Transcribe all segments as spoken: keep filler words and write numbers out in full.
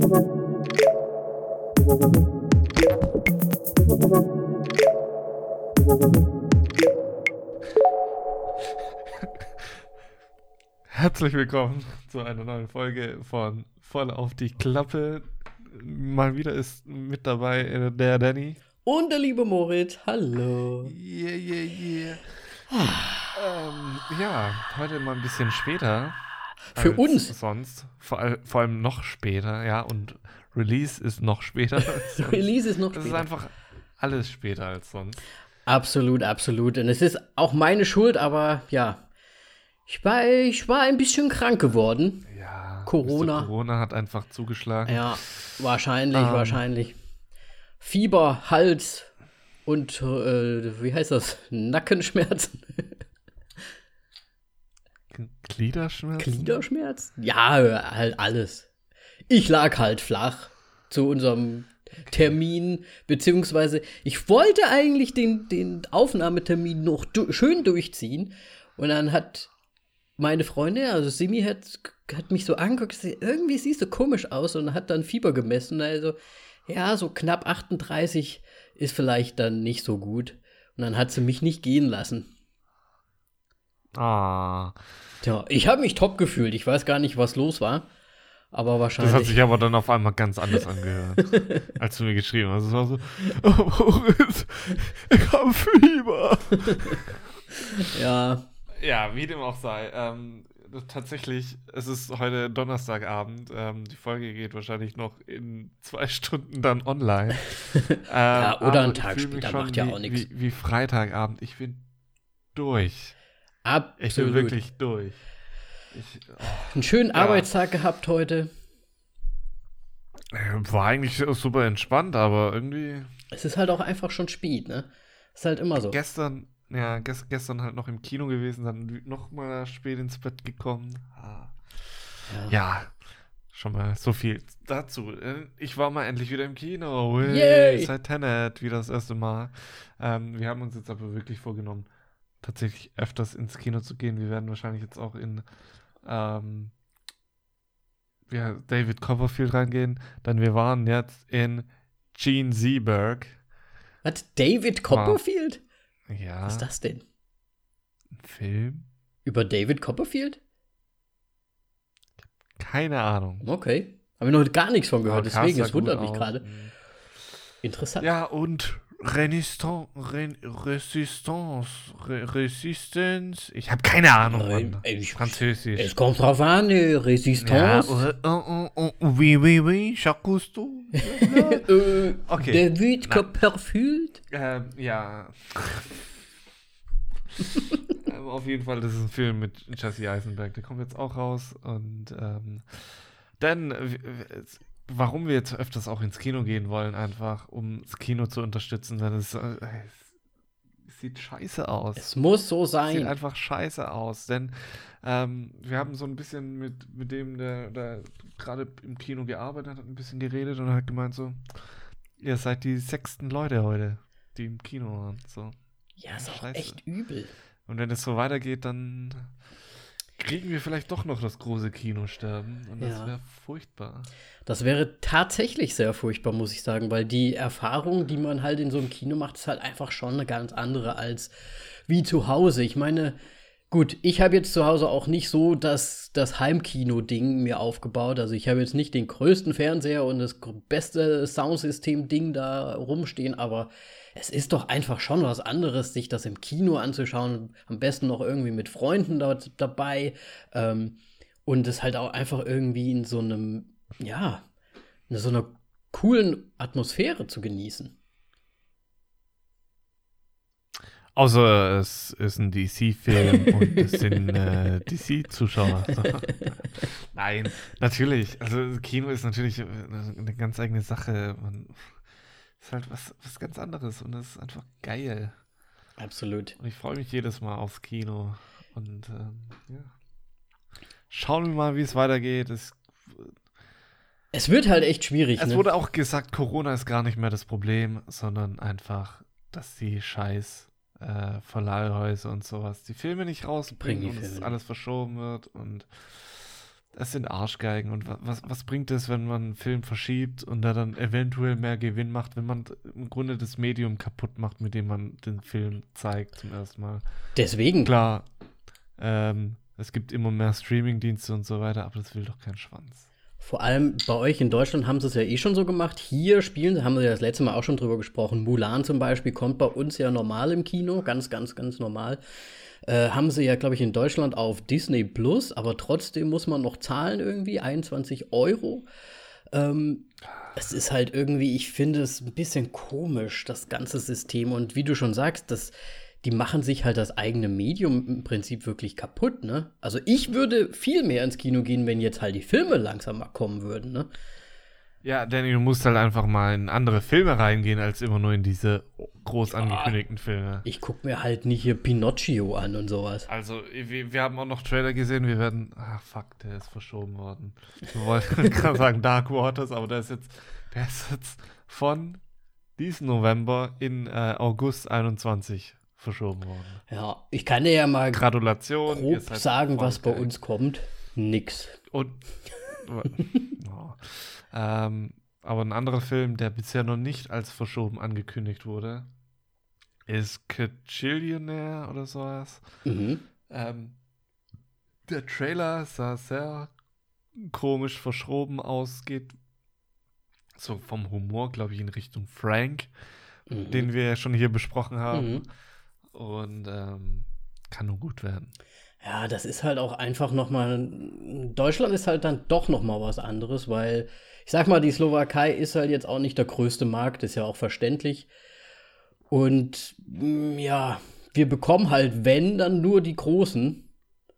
Herzlich willkommen zu einer neuen Folge von Voll auf die Klappe. Mal wieder ist mit dabei der Danny. Und der liebe Moritz. Hallo. Yeah, yeah, yeah. ähm, ja, heute mal ein bisschen später. Für als uns. Sonst. Vor, all, vor allem noch später, ja. Und Release ist noch später. Als sonst. Release ist noch später. Es später. ist einfach alles später als sonst. Absolut, absolut. Und es ist auch meine Schuld, aber ja. Ich war, ich war ein bisschen krank geworden. Ja. Corona. Corona hat einfach zugeschlagen. Ja, wahrscheinlich, Ähm. wahrscheinlich. Fieber, Hals und, äh, wie heißt das? Nackenschmerzen. Gliederschmerzen? Gliederschmerzen? Ja, halt alles. Ich lag halt flach zu unserem Termin, beziehungsweise ich wollte eigentlich den, den Aufnahmetermin noch du- schön durchziehen und dann hat meine Freundin, also Simi, hat, hat mich so angeguckt, irgendwie siehst du komisch aus und hat dann Fieber gemessen, also ja, so knapp achtunddreißig ist vielleicht dann nicht so gut und dann hat sie mich nicht gehen lassen. Ah. Tja, ich habe mich top gefühlt, ich weiß gar nicht, was los war, aber wahrscheinlich. Das hat sich aber dann auf einmal ganz anders angehört, als du mir geschrieben hast. Es war so, oh Moritz, ich habe Fieber. Ja. Ja, wie dem auch sei. Ähm, tatsächlich, es ist heute Donnerstagabend. Ähm, die Folge geht wahrscheinlich noch in zwei Stunden dann online. ähm, Ja, oder einen aber Tag ich fühl mich später, schon macht ja wie, auch nichts. Wie, wie Freitagabend. Ich bin durch. Absolut. Ich bin wirklich durch. Ich, oh, Einen schönen Ja. Arbeitstag gehabt heute. äh, war eigentlich super entspannt, aber irgendwie Es ist halt auch einfach schon spät, ne? Ist halt immer so. gestern, ja, ges- gestern halt noch im Kino gewesen, dann noch mal spät ins Bett gekommen. Ah. Ja. Ja, schon mal so viel dazu. Äh, Ich war mal endlich wieder im Kino. Hey, Yay! seit Tenet, wieder das erste Mal. Ähm, wir haben uns jetzt aber wirklich vorgenommen, tatsächlich öfters ins Kino zu gehen. Wir werden wahrscheinlich jetzt auch in ähm, ja, David Copperfield reingehen. Denn wir waren jetzt in Gene Seberg. Was? David Copperfield? Ja, Was ist das denn? ein Film? Über David Copperfield? Keine Ahnung. Okay. Habe ich noch gar nichts von gehört, Aber Cast deswegen, sah es wundert gut mich aus. gerade. Mhm. Interessant. Ja, und Renistan- Ren Resistance, Re Resistance. Ich habe keine Ahnung, Nein, Mann. ey, ich- Französisch. Es kommt drauf an, äh, Ja, Resistance. oh, oh, oh, oh, oui, oui, oui, Jacques Cousteau. äh, Okay. David Nein. Copperfield? ähm, ja. ähm, auf jeden Fall, das ist ein Film mit Jesse Eisenberg. Der kommt jetzt auch raus. Und ähm, dann, äh, w- w- warum wir jetzt öfters auch ins Kino gehen wollen, einfach, um das Kino zu unterstützen, denn es, äh, es sieht scheiße aus. Es muss so Sieht sein. einfach scheiße aus, denn ähm, wir haben so ein bisschen mit, mit dem, der, der gerade im Kino gearbeitet hat, ein bisschen geredet und hat gemeint so, ihr seid die sechsten Leute heute, die im Kino waren. So. Ja, ist auch Scheiße. echt übel. Und wenn es so weitergeht, dann kriegen wir vielleicht doch noch das große Kinosterben und das Ja. wäre furchtbar. Das wäre tatsächlich sehr furchtbar, muss ich sagen, weil die Erfahrung, die man halt in so einem Kino macht, ist halt einfach schon eine ganz andere als wie zu Hause. Ich meine, gut, ich habe jetzt zu Hause auch nicht so das, das Heimkino-Ding mir aufgebaut. Also ich habe jetzt nicht den größten Fernseher und das gr- beste Soundsystem-Ding da rumstehen, aber es ist doch einfach schon was anderes, sich das im Kino anzuschauen. Am besten noch irgendwie mit Freunden dort dabei. Ähm, und es halt auch einfach irgendwie in so einem, ja, in so einer coolen Atmosphäre zu genießen. Außer es ist ein D C-Film und es sind äh, D C-Zuschauer. Nein, natürlich. Also Kino ist natürlich eine ganz eigene Sache. Man ist halt was, was ganz anderes und das ist einfach geil. Absolut. Und ich freue mich jedes Mal aufs Kino. Und ähm, ja. Schauen wir mal, wie es weitergeht. Es, Es wird halt echt schwierig, es ne? wurde auch gesagt, Corona ist gar nicht mehr das Problem, sondern einfach, dass die scheiß äh, Verleihhäuser und sowas die Filme nicht rausbringen Bringen die und es Filme alles verschoben wird. Und das sind Arschgeigen. Und wa- was, was bringt es, wenn man einen Film verschiebt und da dann eventuell mehr Gewinn macht, wenn man im Grunde das Medium kaputt macht, mit dem man den Film zeigt zum ersten Mal? Deswegen. Klar, ähm, es gibt immer mehr Streamingdienste und so weiter, aber das will doch kein Schwanz. Vor allem bei euch in Deutschland haben sie es ja eh schon so gemacht. Hier spielen, da haben wir ja das letzte Mal auch schon drüber gesprochen. Mulan zum Beispiel kommt bei uns ja normal im Kino, ganz, ganz, ganz normal. Äh, haben sie ja, glaube ich, in Deutschland auf Disney Plus, aber trotzdem muss man noch zahlen irgendwie, einundzwanzig Euro. Ähm, es ist halt irgendwie, ich finde es ein bisschen komisch, das ganze System. Und wie du schon sagst, das, die machen sich halt das eigene Medium im Prinzip wirklich kaputt, ne? Also ich würde viel mehr ins Kino gehen, wenn jetzt halt die Filme langsam mal kommen würden, ne? Ja, Danny, du musst halt einfach mal in andere Filme reingehen, als immer nur in diese groß Ja. angekündigten Filme. Ich guck mir halt nicht hier Pinocchio an und sowas. Also, wir, wir haben auch noch Trailer gesehen, wir werden, ah fuck, der ist verschoben worden. Wir wollten gerade sagen Dark Waters, aber der ist jetzt, der ist jetzt von diesem November in äh, August einundzwanzig verschoben worden. Ja, ich kann dir ja mal Gratulation. ihr grob seid sagen, was bei erfolgreich. uns kommt. Nix. Und, oh. ähm, aber ein anderer Film, der bisher noch nicht als verschoben angekündigt wurde, ist Kajillionaire oder sowas. Mhm. Ähm, der Trailer sah sehr komisch verschoben aus, geht so vom Humor, glaube ich, in Richtung Frank, Mhm. den wir ja schon hier besprochen haben. Mhm. Und ähm, kann nur gut werden. Ja, das ist halt auch einfach noch mal, Deutschland ist halt dann doch noch mal was anderes, weil, ich sag mal, die Slowakei ist halt jetzt auch nicht der größte Markt, ist ja auch verständlich. Und mh, ja, wir bekommen halt, wenn, dann nur die Großen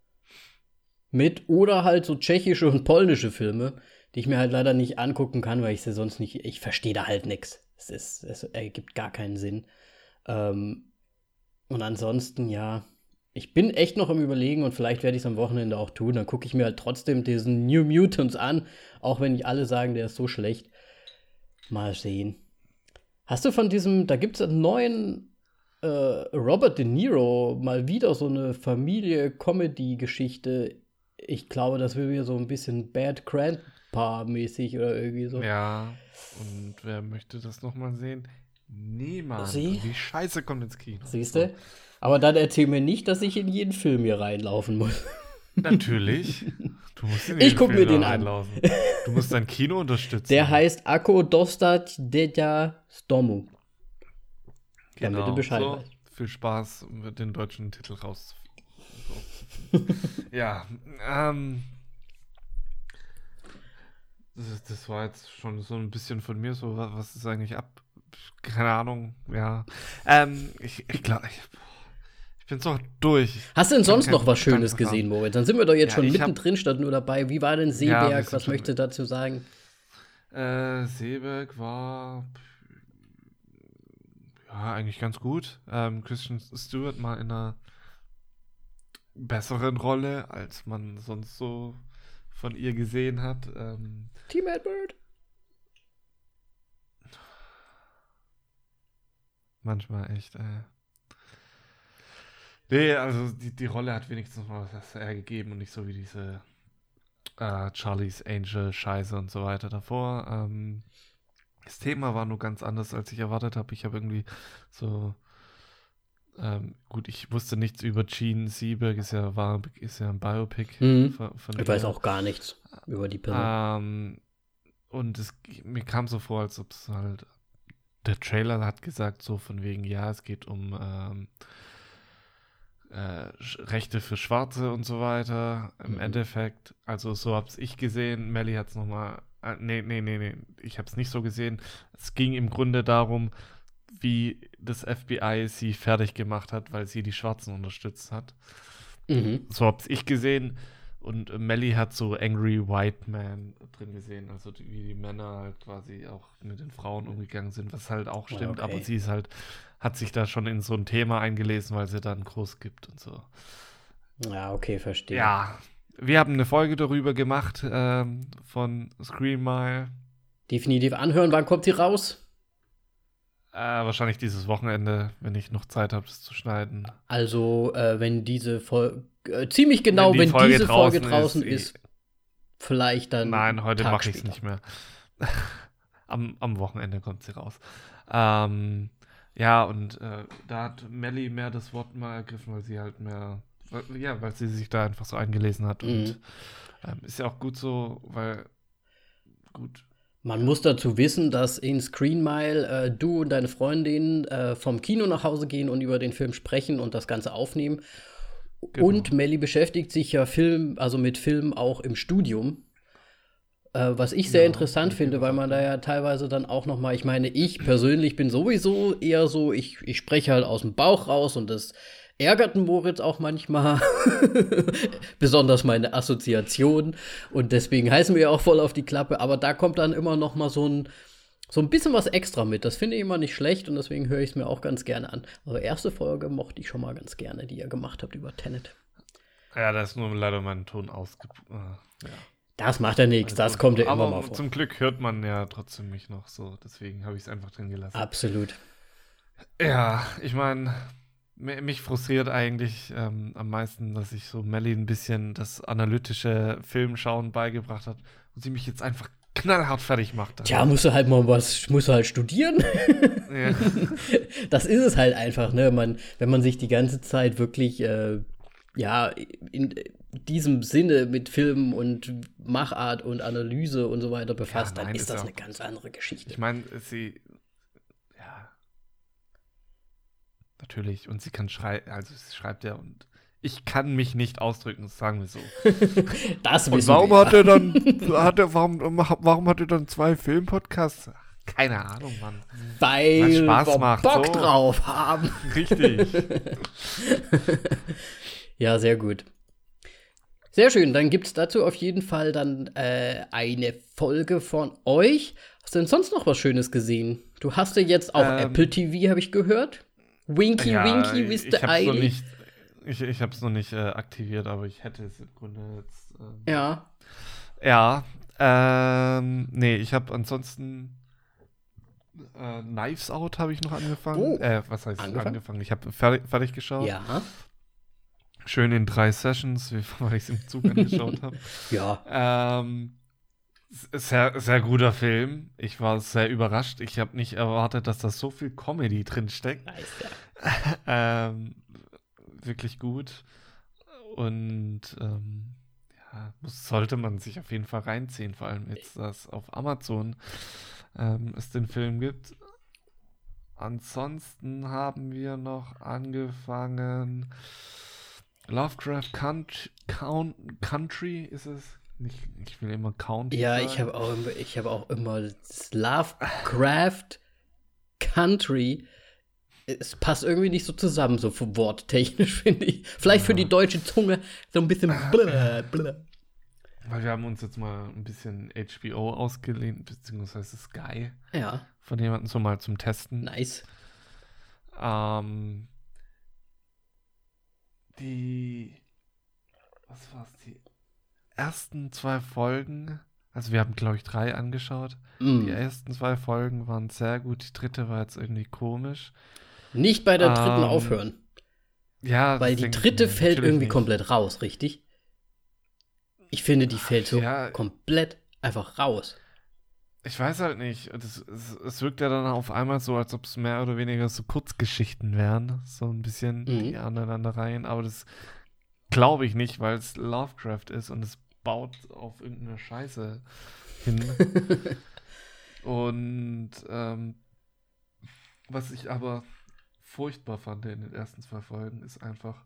mit oder halt so tschechische und polnische Filme, die ich mir halt leider nicht angucken kann, weil ich sie sonst nicht, ich verstehe da halt nichts. Es ist, es ergibt gar keinen Sinn. Ähm, und ansonsten, ja, ich bin echt noch am Überlegen und vielleicht werde ich es am Wochenende auch tun. Dann gucke ich mir halt trotzdem diesen New Mutants an, auch wenn nicht alle sagen, der ist so schlecht. Mal sehen. Hast du von diesem, da gibt es einen neuen äh, Robert De Niro, mal wieder so eine Familie-Comedy-Geschichte. Ich glaube, das will wieder so ein bisschen Bad Grandpa-mäßig oder irgendwie so. Ja, und wer möchte das nochmal sehen? Niemand. Sie? Und die Scheiße kommt ins Kino. Siehst du? Aber dann erzähl mir nicht, dass ich in jeden Film hier reinlaufen muss. Natürlich. Du musst in Ich jeden guck Film mir da den an. reinlaufen. Du musst dein Kino unterstützen. Der heißt Ako Dostat Deja Stomu. Damit Genau. du Bescheid so, weißt. viel Spaß, mit den deutschen Titel raus. Ja, ähm. Das, das war jetzt schon so ein bisschen von mir, so, wa- was ist eigentlich ab? Keine Ahnung, ja. Ähm, ich, ich glaube, ich, ich bin so durch. Hast du denn Ich hab sonst keinen noch was Schönes Verstand gesehen, Moritz? Dann sind wir doch jetzt Ja, schon ich hab- mittendrin statt nur dabei. Wie war denn Ja, Seeberg? wir sind Was schon- möchtest du dazu sagen? Äh, Seeberg war ja eigentlich ganz gut. Ähm, Kristen Stewart mal in einer besseren Rolle, als man sonst so von ihr gesehen hat. Ähm, Team Edward. manchmal echt, äh. Nee, also die, die Rolle hat wenigstens mal was hergegeben und nicht so wie diese äh, Charlie's Angel Scheiße und so weiter davor. Ähm, das Thema war nur ganz anders, als ich erwartet habe. Ich habe irgendwie so ähm, gut, ich wusste nichts über Gene Seberg, ist ja, war, ist ja ein Biopic Mhm. von, von Ich weiß ihr. auch gar nichts über die Person. Ähm, und es, mir kam so vor, als ob es halt, der Trailer hat gesagt, so von wegen, ja, es geht um ähm, äh, Sch- Rechte für Schwarze und so weiter. Im Mhm. Endeffekt, also so hab's ich gesehen. Melly hat's nochmal, äh, nee, nee, nee, nee, ich hab's nicht so gesehen. Es ging im Grunde darum, wie das F B I sie fertig gemacht hat, weil sie die Schwarzen unterstützt hat. Mhm. So hab's ich gesehen. Und äh, Melly hat so Angry White Man drin gesehen, also die, wie die Männer halt quasi auch mit den Frauen umgegangen sind, was halt auch Ja, stimmt, okay. aber sie ist halt, hat sich da schon in so ein Thema eingelesen, weil sie da einen Kurs gibt und so. Ja, okay, verstehe. Ja, wir haben eine Folge darüber gemacht ähm, von Screen Mile. Definitiv anhören. Wann kommt sie raus? Äh, wahrscheinlich dieses Wochenende, wenn ich noch Zeit habe, das zu schneiden. Also, äh, wenn diese Folge, äh, ziemlich genau, die wenn, Folge diese Folge draußen draußen ist, ist, vielleicht dann. Nein, heute Tag mache ich es später. nicht mehr. am, am Wochenende kommt sie raus. Ähm, ja, und äh, da hat Melly mehr das Wort mal ergriffen, weil sie halt mehr, weil, ja, weil sie sich da einfach so eingelesen hat. Mhm. Und ähm, ist ja auch gut so, weil, gut. Man muss dazu wissen, dass in Screen Mile äh, du und deine Freundin äh, vom Kino nach Hause gehen und über den Film sprechen und das Ganze aufnehmen. Genau. Und Melly beschäftigt sich ja Film, also mit Film auch im Studium. Äh, was ich sehr Ja, interessant okay, finde, was weil man sagt da ihr? ja teilweise dann auch noch mal, ich meine, ich persönlich bin sowieso eher so, ich, ich spreche halt aus dem Bauch raus und das ärgert den Moritz auch manchmal. Besonders meine Assoziation. Und deswegen heißen wir ja auch voll auf die Klappe. Aber da kommt dann immer noch mal so ein, so ein bisschen was extra mit. Das finde ich immer nicht schlecht und deswegen höre ich es mir auch ganz gerne an. Eure erste Folge mochte ich schon mal ganz gerne, die ihr gemacht habt über Tenet. Ja, da ist nur leider mein Ton ausge... Äh, ja. Das macht ja nichts, das Also, kommt ja aber immer mal vor. zum Glück hört man ja trotzdem mich noch so, deswegen habe ich es einfach drin gelassen. Absolut. Ja, ich meine, mich frustriert eigentlich ähm, am meisten, dass ich so Melly ein bisschen das analytische Filmschauen beigebracht hat und sie mich jetzt einfach knallhart fertig macht. Tja, musst du halt mal was, musst du halt studieren. Ja. Das ist es halt einfach, ne? Man, wenn man sich die ganze Zeit wirklich, äh, ja, in diesem Sinne mit Filmen und Machart und Analyse und so weiter befasst, Ja, nein, dann ist ist das ja eine auch- ganz andere Geschichte. Ich meine, sie, ja, natürlich, und sie kann schreiben, also sie schreibt ja und ich kann mich nicht ausdrücken, sagen wir so. Das Und wissen warum wir. hat er dann, hat er, warum, warum hat er dann zwei Filmpodcasts? Keine Ahnung, Mann. Weil Weil's Spaß wir macht, Bock so. drauf haben. Richtig. Ja, sehr gut. Sehr schön, dann gibt es dazu auf jeden Fall dann äh, eine Folge von euch. Hast du denn sonst noch was Schönes gesehen? Du hast ja jetzt auch Ähm, Apple T V, habe ich gehört. Winky Ja, Winky, ich Mister hab's noch Eily. nicht, ich, ich hab's noch nicht äh, aktiviert, aber ich hätte es im Grunde jetzt. Ähm, Ja. Ja, ähm, nee, ich habe ansonsten äh, Knives Out habe ich noch angefangen. Oh, äh, was heißt angefangen? angefangen? Ich habe fertig, fertig geschaut. Ja. Schön in drei Sessions, wie, weil ich es im Zug angeschaut habe. Ja. Ähm, s- sehr, sehr guter Film. Ich war sehr überrascht. Ich habe nicht erwartet, dass da so viel Comedy drin steckt. Nice, ja. ähm, wirklich gut. Und ähm, ja, muss, sollte man sich auf jeden Fall reinziehen, vor allem jetzt, dass auf Amazon ähm, es den Film gibt. Ansonsten haben wir noch angefangen. Lovecraft Count, Count, Country ist es. Nicht, ich will immer County Ja, sagen. ich habe auch, immer- ich hab auch immer das Lovecraft Country. Es passt irgendwie nicht so zusammen, so vom worttechnisch, finde ich. Vielleicht für Ja. die deutsche Zunge so ein bisschen blö, blö. Weil wir haben uns jetzt mal ein bisschen H B O ausgeliehen, beziehungsweise Sky Ja, von jemandem so mal zum Testen. nice. Ähm, die, was war's, die ersten zwei Folgen, also wir haben, glaube ich, drei angeschaut. Die Mm. ersten zwei Folgen waren sehr gut, die dritte war jetzt irgendwie komisch. Nicht bei der dritten Ähm, aufhören, Ja, weil das die denke ich dritte mir, fällt natürlich irgendwie nicht. komplett raus, richtig? Ich finde, die fällt so ja. komplett einfach raus. Ich weiß halt nicht. Das, es, es wirkt ja dann auf einmal so, als ob es mehr oder weniger so Kurzgeschichten wären. So ein bisschen Mhm. die aneinanderreihen. Aber das glaube ich nicht, weil es Lovecraft ist und es baut auf irgendeine Scheiße hin. Und ähm, was ich aber furchtbar fand in den ersten zwei Folgen, ist einfach,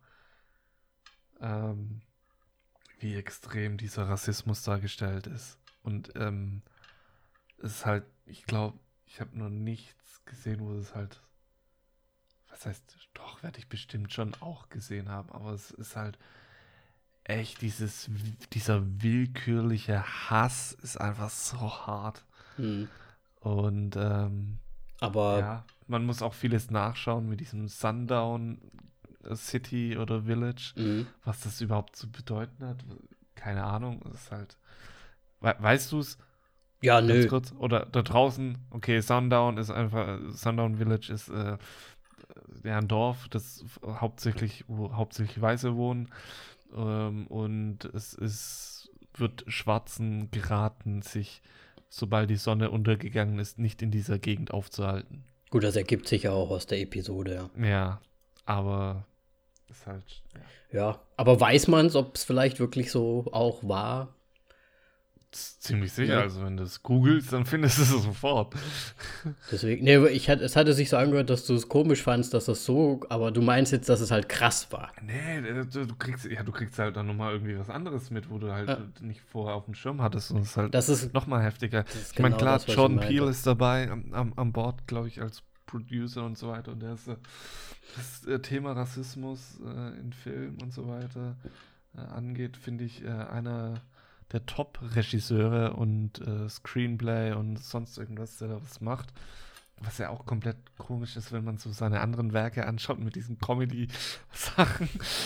ähm, wie extrem dieser Rassismus dargestellt ist. Und ähm, es ist halt, ich glaube, ich habe noch nichts gesehen, wo es halt, was heißt, doch, werde ich bestimmt schon auch gesehen haben, aber es ist halt echt dieses, dieser willkürliche Hass ist einfach so hart. Hm. Und ähm, Aber ja, man muss auch vieles nachschauen mit diesem Sundown City oder Village, mm. was das überhaupt zu bedeuten hat. Keine Ahnung, es ist halt, we weißt du es? ja, Ganz nö. kurz. Oder da draußen, okay, Sundown ist einfach, Sundown Village ist äh, ja ein Dorf, das hauptsächlich, wo hauptsächlich Weiße wohnen. Ähm, und es ist wird Schwarzen geraten, sich, sobald die Sonne untergegangen ist, nicht in dieser Gegend aufzuhalten. Gut, das ergibt sich ja auch aus der Episode, ja. Ja, aber ist halt, ja. Ja, aber weiß man es, ob es vielleicht wirklich so auch war? Ziemlich sicher, Ja. also wenn du es googelst, dann findest du es sofort. Deswegen, nee, ich hatte, es hatte sich so angehört, dass du es komisch fandst, dass das so, aber du meinst jetzt, dass es halt krass war. Nee, du, du kriegst, ja, du kriegst halt dann nochmal irgendwie was anderes mit, wo du halt Ja. nicht vorher auf dem Schirm hattest und es ist halt Das ist, nochmal heftiger. das ist Ich meine, genau klar, das, was ich Jordan meinte. Peele ist dabei am, am, am Bord, glaube ich, als Producer und so weiter. Und der ist äh, das äh, Thema Rassismus äh, in Film und so weiter äh, angeht, finde ich, äh, einer der Top-Regisseure und äh, Screenplay und sonst irgendwas, der da was macht. Was ja auch komplett komisch ist, wenn man so seine anderen Werke anschaut mit diesen Comedy-Sachen.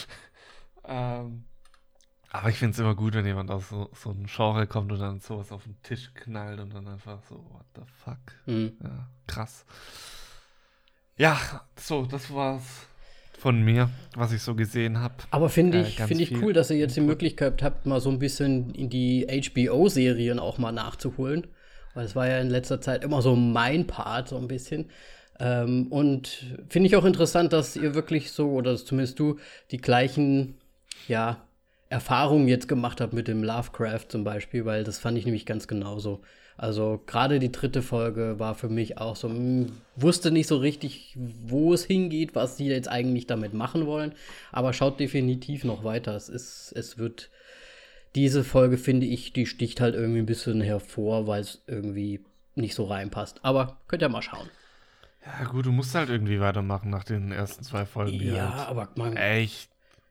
ähm, aber ich finde es immer gut, wenn jemand aus so, so einem Genre kommt und dann sowas auf den Tisch knallt und dann einfach so, what the fuck? Mhm. Ja, krass. Ja, so, das war's von mir, was ich so gesehen habe. Aber finde Äh, ich, ganz finde ich viel cool, dass ihr jetzt die Input. Möglichkeit habt, mal so ein bisschen in die H B O-Serien auch mal nachzuholen. Weil es war ja in letzter Zeit immer so mein Part, so ein bisschen. Ähm, und finde ich auch interessant, dass ihr wirklich so, oder zumindest du, die gleichen, ja, Erfahrungen jetzt gemacht habt mit dem Lovecraft zum Beispiel, weil das fand ich nämlich ganz genauso. Also gerade die dritte Folge war für mich auch so, mh, wusste nicht so richtig, wo es hingeht, was die jetzt eigentlich damit machen wollen, aber schaut definitiv noch weiter. Es ist, es wird, diese Folge finde ich, die sticht halt irgendwie ein bisschen hervor, weil es irgendwie nicht so reinpasst. Aber könnt ihr mal schauen. Ja, gut, du musst halt irgendwie weitermachen nach den ersten zwei Folgen, die Ja, halt aber man, echt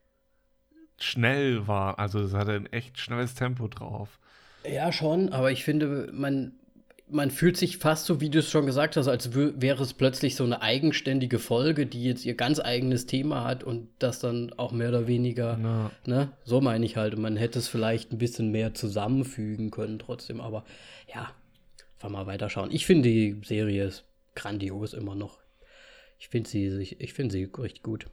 schnell war. Also es hatte ein echt schnelles Tempo drauf. ja schon, aber ich finde, man, man fühlt sich fast so, wie du es schon gesagt hast, als wö- wäre es plötzlich so eine eigenständige Folge, die jetzt ihr ganz eigenes Thema hat und das dann auch mehr oder weniger, Na, ne, so meine ich halt. Und man hätte es vielleicht ein bisschen mehr zusammenfügen können trotzdem, aber ja, einfach mal weiterschauen. Ich finde, die Serie ist grandios immer noch. Ich finde sie, ich, ich finde sie richtig gut.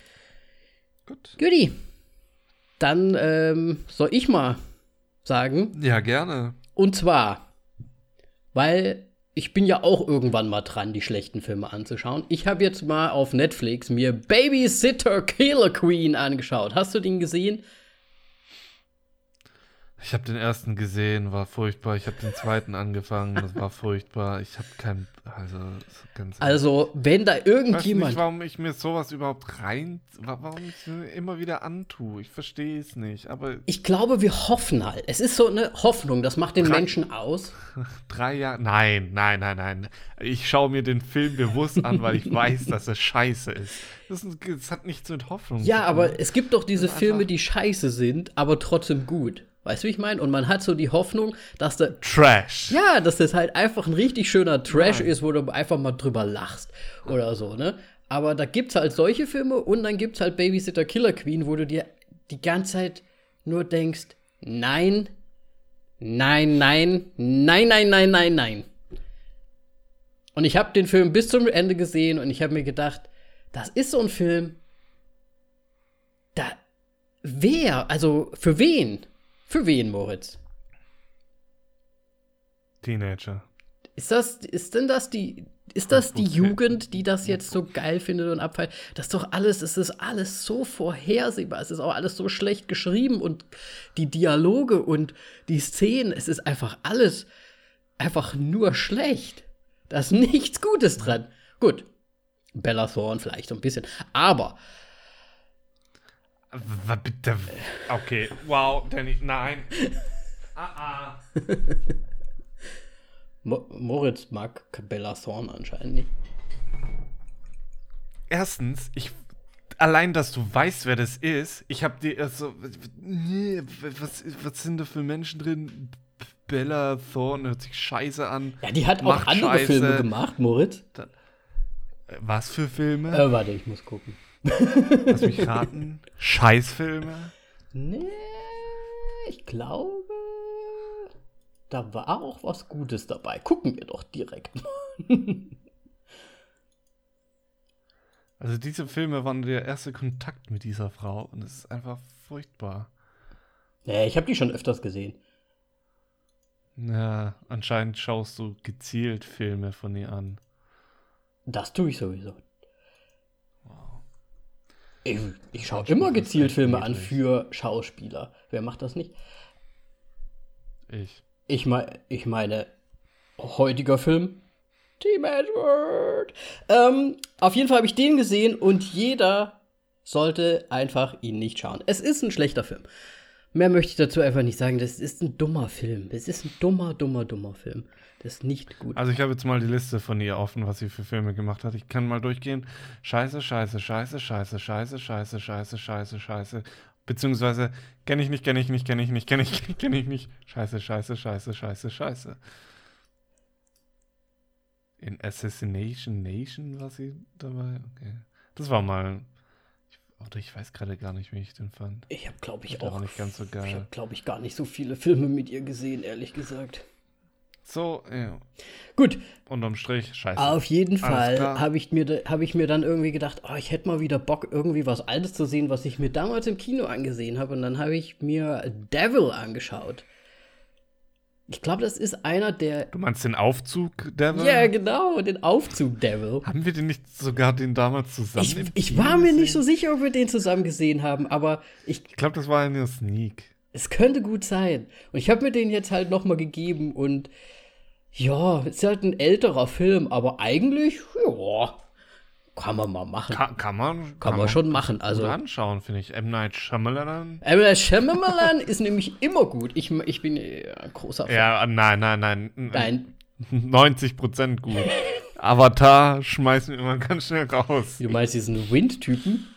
gut. Guti, dann ähm, soll ich mal sagen, Ja, gerne. und zwar, weil ich bin ja auch irgendwann mal dran, die schlechten Filme anzuschauen. Ich habe jetzt mal auf Netflix mir Babysitter Killer Queen angeschaut. Hast du den gesehen? Ich habe den ersten gesehen, war furchtbar. Ich habe den zweiten angefangen, das war furchtbar. Ich habe kein, also ganz ehrlich. Also, wenn da Ich weiß nicht, irgendjemand. warum ich mir sowas überhaupt rein, wa- warum ich es mir immer wieder antue. Ich verstehe es nicht, aber Ich glaube, wir hoffen halt. Es ist so eine Hoffnung, das macht den Drei- Menschen aus. drei Jahre, nein, nein, nein, nein. Ich schaue mir den Film bewusst an, weil ich weiß, dass er scheiße ist. Das, ist, das hat nichts mit Hoffnung zu Ja, tun. aber es gibt doch diese Das ist Filme, einfach- die scheiße sind, aber trotzdem gut. Weißt du, wie ich meine? Und man hat so die Hoffnung, dass da Trash. Ja, dass das halt einfach ein richtig schöner Trash Nein. ist, wo du einfach mal drüber lachst oder so, ne? Aber da gibt's halt solche Filme und dann gibt's halt Babysitter Killer Queen, wo du dir die ganze Zeit nur denkst, nein, nein, nein, nein, nein, nein, nein, nein. Und ich habe den Film bis zum Ende gesehen und ich habe mir gedacht, das ist so ein Film, da, wer, also für wen? Für wen, Moritz? Teenager. Ist das, ist denn das die, ist das die Okay. Jugend, die das jetzt so geil findet und abfeiert? Das ist doch alles, es ist alles so vorhersehbar, es ist auch alles so schlecht geschrieben und die Dialoge und die Szenen, es ist einfach alles einfach nur schlecht. Da ist nichts Gutes dran. Gut, Bella Thorne vielleicht so ein bisschen, aber Was bitte? Okay, wow, Danny, nein. Ah, ah. Mo Moritz mag Bella Thorne anscheinend nicht. Erstens, ich allein, dass du weißt, wer das ist, ich habe dir erst so, nee, was, was sind da für Menschen drin? Bella Thorne hört sich scheiße an. Ja, die hat auch Macht andere Scheiße. Filme gemacht, Moritz. Was für Filme? Äh, warte, ich muss gucken. Lass mich raten. Scheißfilme? Nee, ich glaube, da war auch was Gutes dabei. Gucken wir doch direkt mal. Also diese Filme waren der erste Kontakt mit dieser Frau und es ist einfach furchtbar. Nee, ich habe die schon öfters gesehen. Ja, anscheinend schaust du gezielt Filme von ihr an. Das tue ich sowieso. Wow. Ich, ich schaue Anspruch immer ist gezielt echt Filme an niedrig. für Schauspieler. Wer macht das nicht? Ich. Ich, mein, ich meine, heutiger Film, Team Edward. Ähm, auf jeden Fall habe ich den gesehen und jeder sollte einfach ihn nicht schauen. Es ist ein schlechter Film. Mehr möchte ich dazu einfach nicht sagen. Das ist ein dummer Film. Das ist ein dummer, dummer, dummer Film. Das ist nicht gut. Also ich habe jetzt mal die Liste von ihr offen, was sie für Filme gemacht hat. Ich kann mal durchgehen. Scheiße, scheiße, scheiße, scheiße, scheiße, scheiße, scheiße, scheiße, scheiße. Beziehungsweise kenne ich nicht, kenne ich nicht, kenne ich nicht, kenne ich nicht, kenne ich nicht. Scheiße, scheiße, scheiße, scheiße, scheiße. In Assassination Nation war sie dabei? Okay. Das war mal... Oder ich weiß gerade gar nicht, wie ich den fand. Ich habe, glaube ich, Der auch war nicht ganz so Ich geil. habe, glaube ich, gar nicht so viele Filme mit ihr gesehen, ehrlich gesagt. So, ja. Gut, Unterm Strich, scheiße. auf jeden Alles Fall klar. habe ich, mir da- hab ich mir dann irgendwie gedacht, oh, ich hätte mal wieder Bock, irgendwie was Altes zu sehen, was ich mir damals im Kino angesehen habe. Und dann habe ich mir Devil angeschaut. Ich glaube, das ist einer der. Du meinst den Aufzug, Devil? Ja, genau, den Aufzug Devil. Haben wir den nicht sogar den damals zusammen Ich, im ich Kino war mir nicht so gesehen? sicher, ob wir den zusammen gesehen haben, aber ich, Ich glaube, das war eine Sneak. es könnte gut sein. Und ich habe mir den jetzt halt noch mal gegeben und ja, ist halt ein älterer Film, aber eigentlich, ja, kann man mal machen. Kann, kann man Kann man schon machen, also- gut anschauen, finde ich. M. Night Shyamalan. M. Night Shyamalan ist nämlich immer gut. Ich, ich bin äh, ein großer Fan. Ja, nein, nein, nein. Nein, neunzig Prozent gut. Avatar schmeißen wir immer ganz schnell raus. du meinst diesen Wind-Typen?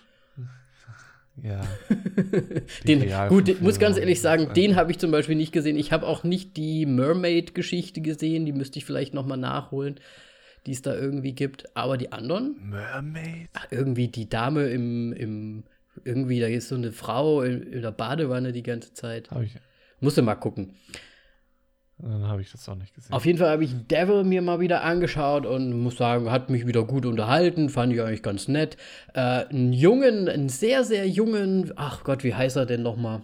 Ja. Den, Realverfilmung gut, ich muss ganz ehrlich ist sagen, einfach- den habe ich zum Beispiel nicht gesehen. Ich habe auch nicht die Mermaid-Geschichte gesehen. Die müsste ich vielleicht noch mal nachholen, die es da irgendwie gibt. Aber die anderen, Mermaid? ach, irgendwie die Dame im, im irgendwie, da ist so eine Frau in, in der Badewanne die ganze Zeit. Hab ich, Musste mal gucken. dann habe ich das auch nicht gesehen. Auf jeden Fall habe ich Devil mir mal wieder angeschaut und muss sagen, hat mich wieder gut unterhalten, fand ich eigentlich ganz nett. Äh, einen jungen, einen sehr, sehr jungen, ach Gott, wie heißt er denn nochmal?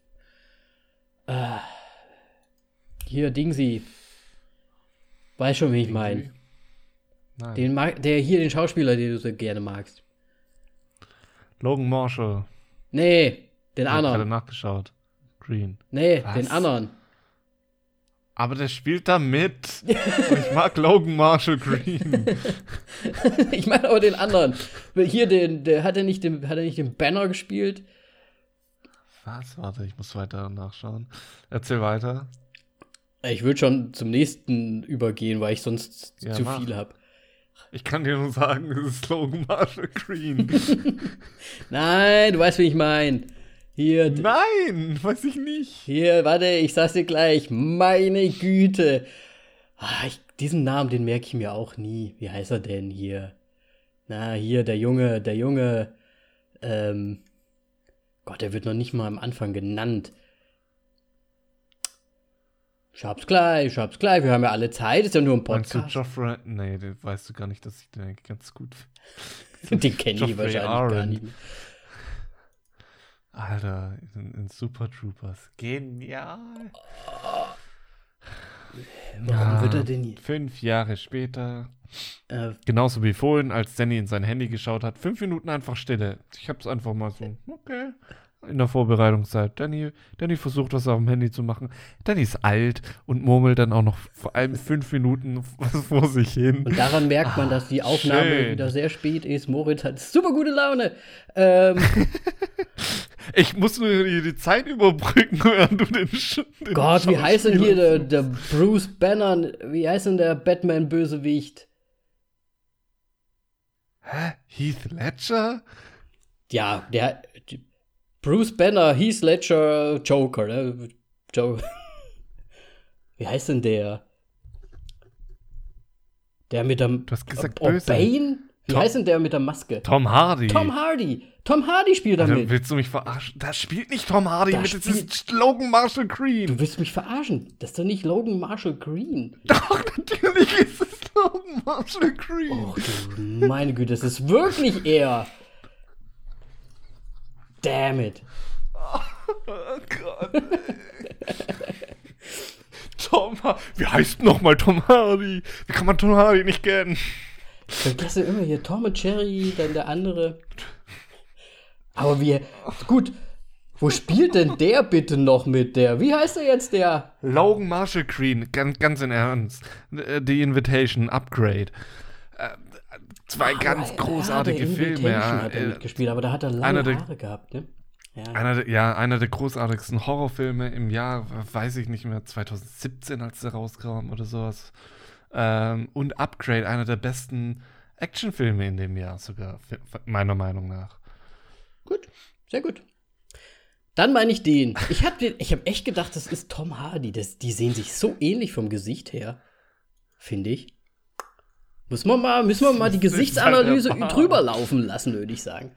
Äh, hier, Dingsy. Weiß schon, wie ich meine. Nein. Den mag, der hier, den Schauspieler, den du so gerne magst. Logan Marshall. Nee, den Ich habe gerade anderen. nachgeschaut. Green. Nee, Was? den anderen. Aber der spielt da mit. Und ich mag Logan Marshall Green. Ich meine aber den anderen. Hier, den, der hat er nicht den, hat er nicht den Banner gespielt? Was? Warte, ich muss weiter nachschauen. Erzähl weiter. Ich würde schon zum nächsten übergehen, weil ich sonst Ja, zu mach. viel habe. Ich kann dir nur sagen, es ist Logan Marshall Green. Nein, du weißt, wie ich meine. Hier, d- Nein, weiß ich nicht. hier, warte, ich sag's dir gleich. Meine Güte. Ah, ich, diesen Namen, den merke ich mir auch nie. Wie heißt er denn hier? Na, hier, der Junge, der Junge, ähm, Gott, der wird noch nicht mal am Anfang genannt. Ich hab's gleich, ich hab's gleich, wir haben ja alle Zeit, ist ja nur ein Meinst du Podcast. Joffrey? Nee, den weißt du gar nicht, dass ich den eigentlich ganz gut finde. Den kenne ich Joffrey wahrscheinlich gar Arryn. nicht mehr. Alter, in, in Super Troopers. Genial. Warum wird er denn hier? Fünf Jahre später, Äh, genauso wie vorhin, als Danny in sein Handy geschaut hat, fünf Minuten einfach Stille. Ich hab's einfach mal so, okay, in der Vorbereitungszeit. Danny, Danny versucht, was auf dem Handy zu machen. Danny ist alt und murmelt dann auch noch vor allem fünf Minuten was vor sich hin. Und daran merkt man, dass die Aufnahme schön. wieder sehr spät ist. Moritz hat super gute Laune. Ähm, Ich muss nur die, die Zeit überbrücken, während du den, Sch- den Gott, wie heißt denn hier der, Schauspieler der Bruce Banner? Wie heißt denn der Batman-Bösewicht? Hä? Heath Ledger? Ja, der Bruce Banner, Heath Ledger, Joker. Ne? Jo wie heißt denn der? Der mit der Du hast gesagt oh, böse. Bane? Wie Tom- heißt denn der mit der Maske? Tom Hardy. Tom Hardy. Tom Hardy spielt Alter, damit. willst du mich verarschen? Da spielt nicht Tom Hardy Da mit, das spielt- ist Logan Marshall Du Green. willst mich verarschen. Das ist doch nicht Logan Marshall Green. Doch, natürlich ist es Logan Marshall Green. Och du meine Güte, das ist wirklich er. Damn it. Oh Gott. Tom Hardy. Wie heißt nochmal Tom Hardy? Wie kann man Tom Hardy nicht kennen? Ich vergesse immer hier Tom und Jerry, dann der andere. Aber wir. Gut. Wo spielt denn der bitte noch mit, der? Wie heißt er jetzt, der? Logan Marshall Green, ganz, ganz in Ernst. The Invitation, Upgrade. Äh, zwei Ach, ganz ja, großartige ja, Filme. Ja. Hat er mitgespielt, aber da hat er lange der, Haare gehabt, ne? Ja. Einer der, ja, einer der großartigsten Horrorfilme im Jahr, weiß ich nicht mehr, zwanzig siebzehn, als der rauskam oder sowas. Ähm, und Upgrade, einer der besten Actionfilme in dem Jahr sogar, meiner Meinung nach. Gut, sehr gut. Dann meine ich den. Ich habe ich hab echt gedacht, das ist Tom Hardy. Das, die sehen sich so ähnlich vom Gesicht her, finde ich. Muss man mal, müssen wir mal die Gesichtsanalyse drüber laufen lassen, würde ich sagen.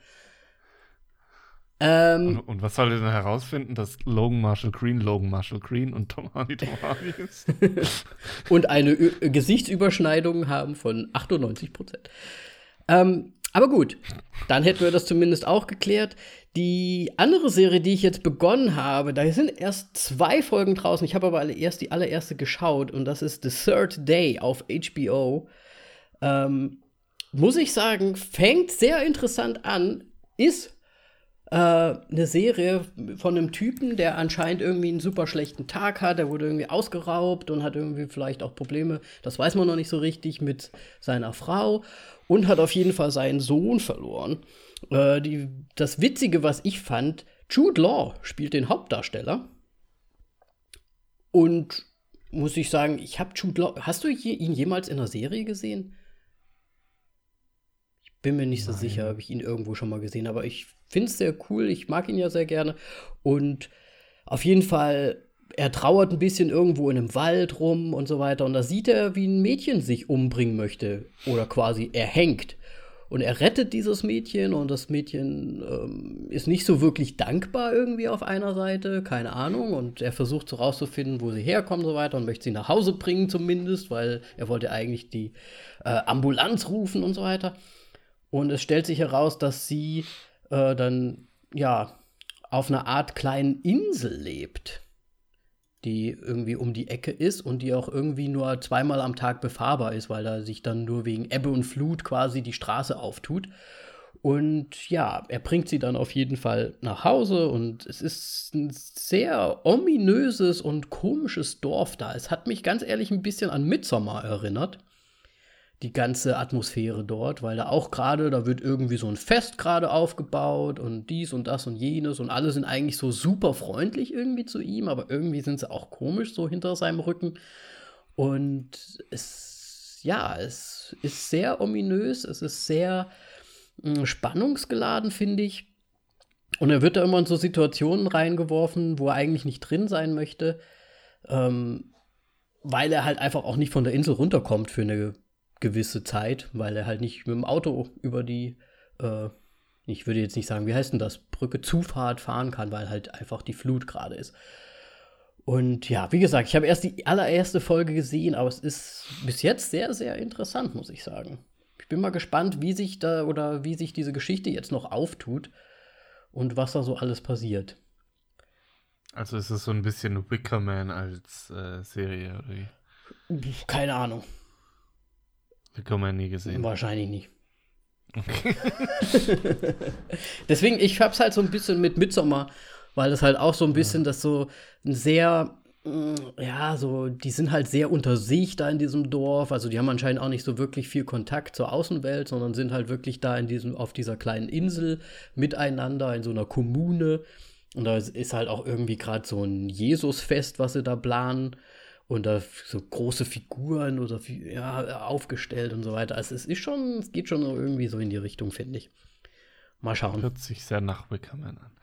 Ähm, und, und was soll ihr denn herausfinden, dass Logan Marshall Green Logan Marshall Green und Tom Hardy Tom Hardy ist? Und eine Ö- Gesichtsüberschneidung haben von achtundneunzig Prozent. Ähm, aber gut, dann hätten wir das zumindest auch geklärt. Die andere Serie, die ich jetzt begonnen habe, da sind erst zwei Folgen draußen. Ich habe aber alle erst die allererste geschaut und das ist The Third Day auf H B O. Ähm, muss ich sagen, fängt sehr interessant an, ist äh, eine Serie von einem Typen, der anscheinend irgendwie einen super schlechten Tag hat. Der wurde irgendwie ausgeraubt und hat irgendwie vielleicht auch Probleme, das weiß man noch nicht so richtig, mit seiner Frau und hat auf jeden Fall seinen Sohn verloren. Äh, die, das Witzige, was ich fand, Jude Law spielt den Hauptdarsteller. Und muss ich sagen, ich habe Jude Law. Hast du je, ihn jemals in einer Serie gesehen? Ich bin mir nicht so Nein. sicher, ob ich ihn irgendwo schon mal gesehen habe. Aber ich finde es sehr cool. Ich mag ihn ja sehr gerne. Und auf jeden Fall, er trauert ein bisschen irgendwo in einem Wald rum und so weiter. Und da sieht er, wie ein Mädchen sich umbringen möchte. Oder quasi erhängt. Und er rettet dieses Mädchen und das Mädchen ähm, ist nicht so wirklich dankbar irgendwie auf einer Seite, keine Ahnung. Und er versucht so rauszufinden, wo sie herkommt und so weiter und möchte sie nach Hause bringen zumindest, weil er wollte eigentlich die äh, Ambulanz rufen und so weiter. Und es stellt sich heraus, dass sie äh, dann, ja, auf einer Art kleinen Insel lebt, die irgendwie um die Ecke ist und die auch irgendwie nur zweimal am Tag befahrbar ist, weil da sich dann nur wegen Ebbe und Flut quasi die Straße auftut. Und ja, er bringt sie dann auf jeden Fall nach Hause und es ist ein sehr ominöses und komisches Dorf da. Es hat mich ganz ehrlich ein bisschen an Midsommar erinnert. Die ganze Atmosphäre dort, weil da auch gerade, da wird irgendwie so ein Fest gerade aufgebaut und dies und das und jenes und alle sind eigentlich so super freundlich irgendwie zu ihm, aber irgendwie sind sie auch komisch so hinter seinem Rücken und es, ja, es ist sehr ominös, es ist sehr mh, spannungsgeladen, finde ich, und er wird da immer in so Situationen reingeworfen, wo er eigentlich nicht drin sein möchte, ähm, weil er halt einfach auch nicht von der Insel runterkommt für eine gewisse Zeit, weil er halt nicht mit dem Auto über die, äh, ich würde jetzt nicht sagen, wie heißt denn das, Brücke Zufahrt fahren kann, weil halt einfach die Flut gerade ist. Und ja, wie gesagt, ich habe erst die allererste Folge gesehen, aber es ist bis jetzt sehr, sehr interessant, muss ich sagen. Ich bin mal gespannt, wie sich da oder wie sich diese Geschichte jetzt noch auftut und was da so alles passiert. Also ist es so ein bisschen Wicker Man als äh, Serie, oder wie? Keine Ahnung. Wicker Man nie gesehen. Wahrscheinlich nicht. Okay. Deswegen, ich hab's halt so ein bisschen mit Midsommar, weil das halt auch so ein bisschen, ja. das so ein sehr, ja, so, die sind halt sehr unter sich da in diesem Dorf. Also die haben anscheinend auch nicht so wirklich viel Kontakt zur Außenwelt, sondern sind halt wirklich da in diesem, auf dieser kleinen Insel miteinander in so einer Kommune. Und da ist halt auch irgendwie gerade so ein Jesusfest, was sie da planen. Und da so große Figuren oder ja, aufgestellt und so weiter. Also es ist schon, es geht schon irgendwie so in die Richtung, finde ich. Mal schauen. Hört sich sehr nach Wicker Man an.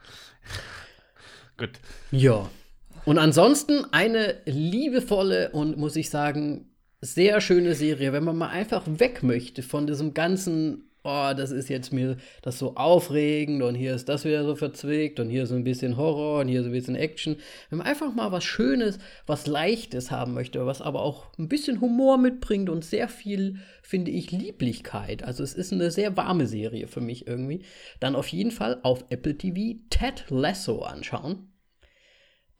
Gut. Ja. Und ansonsten eine liebevolle und, muss ich sagen, sehr schöne Serie, wenn man mal einfach weg möchte von diesem ganzen, oh, das ist jetzt mir das so aufregend und hier ist das wieder so verzwickt und hier so ein bisschen Horror und hier so ein bisschen Action. Wenn man einfach mal was Schönes, was Leichtes haben möchte, was aber auch ein bisschen Humor mitbringt und sehr viel, finde ich, Lieblichkeit. Also es ist eine sehr warme Serie für mich irgendwie. Dann auf jeden Fall auf Apple T V Ted Lasso anschauen.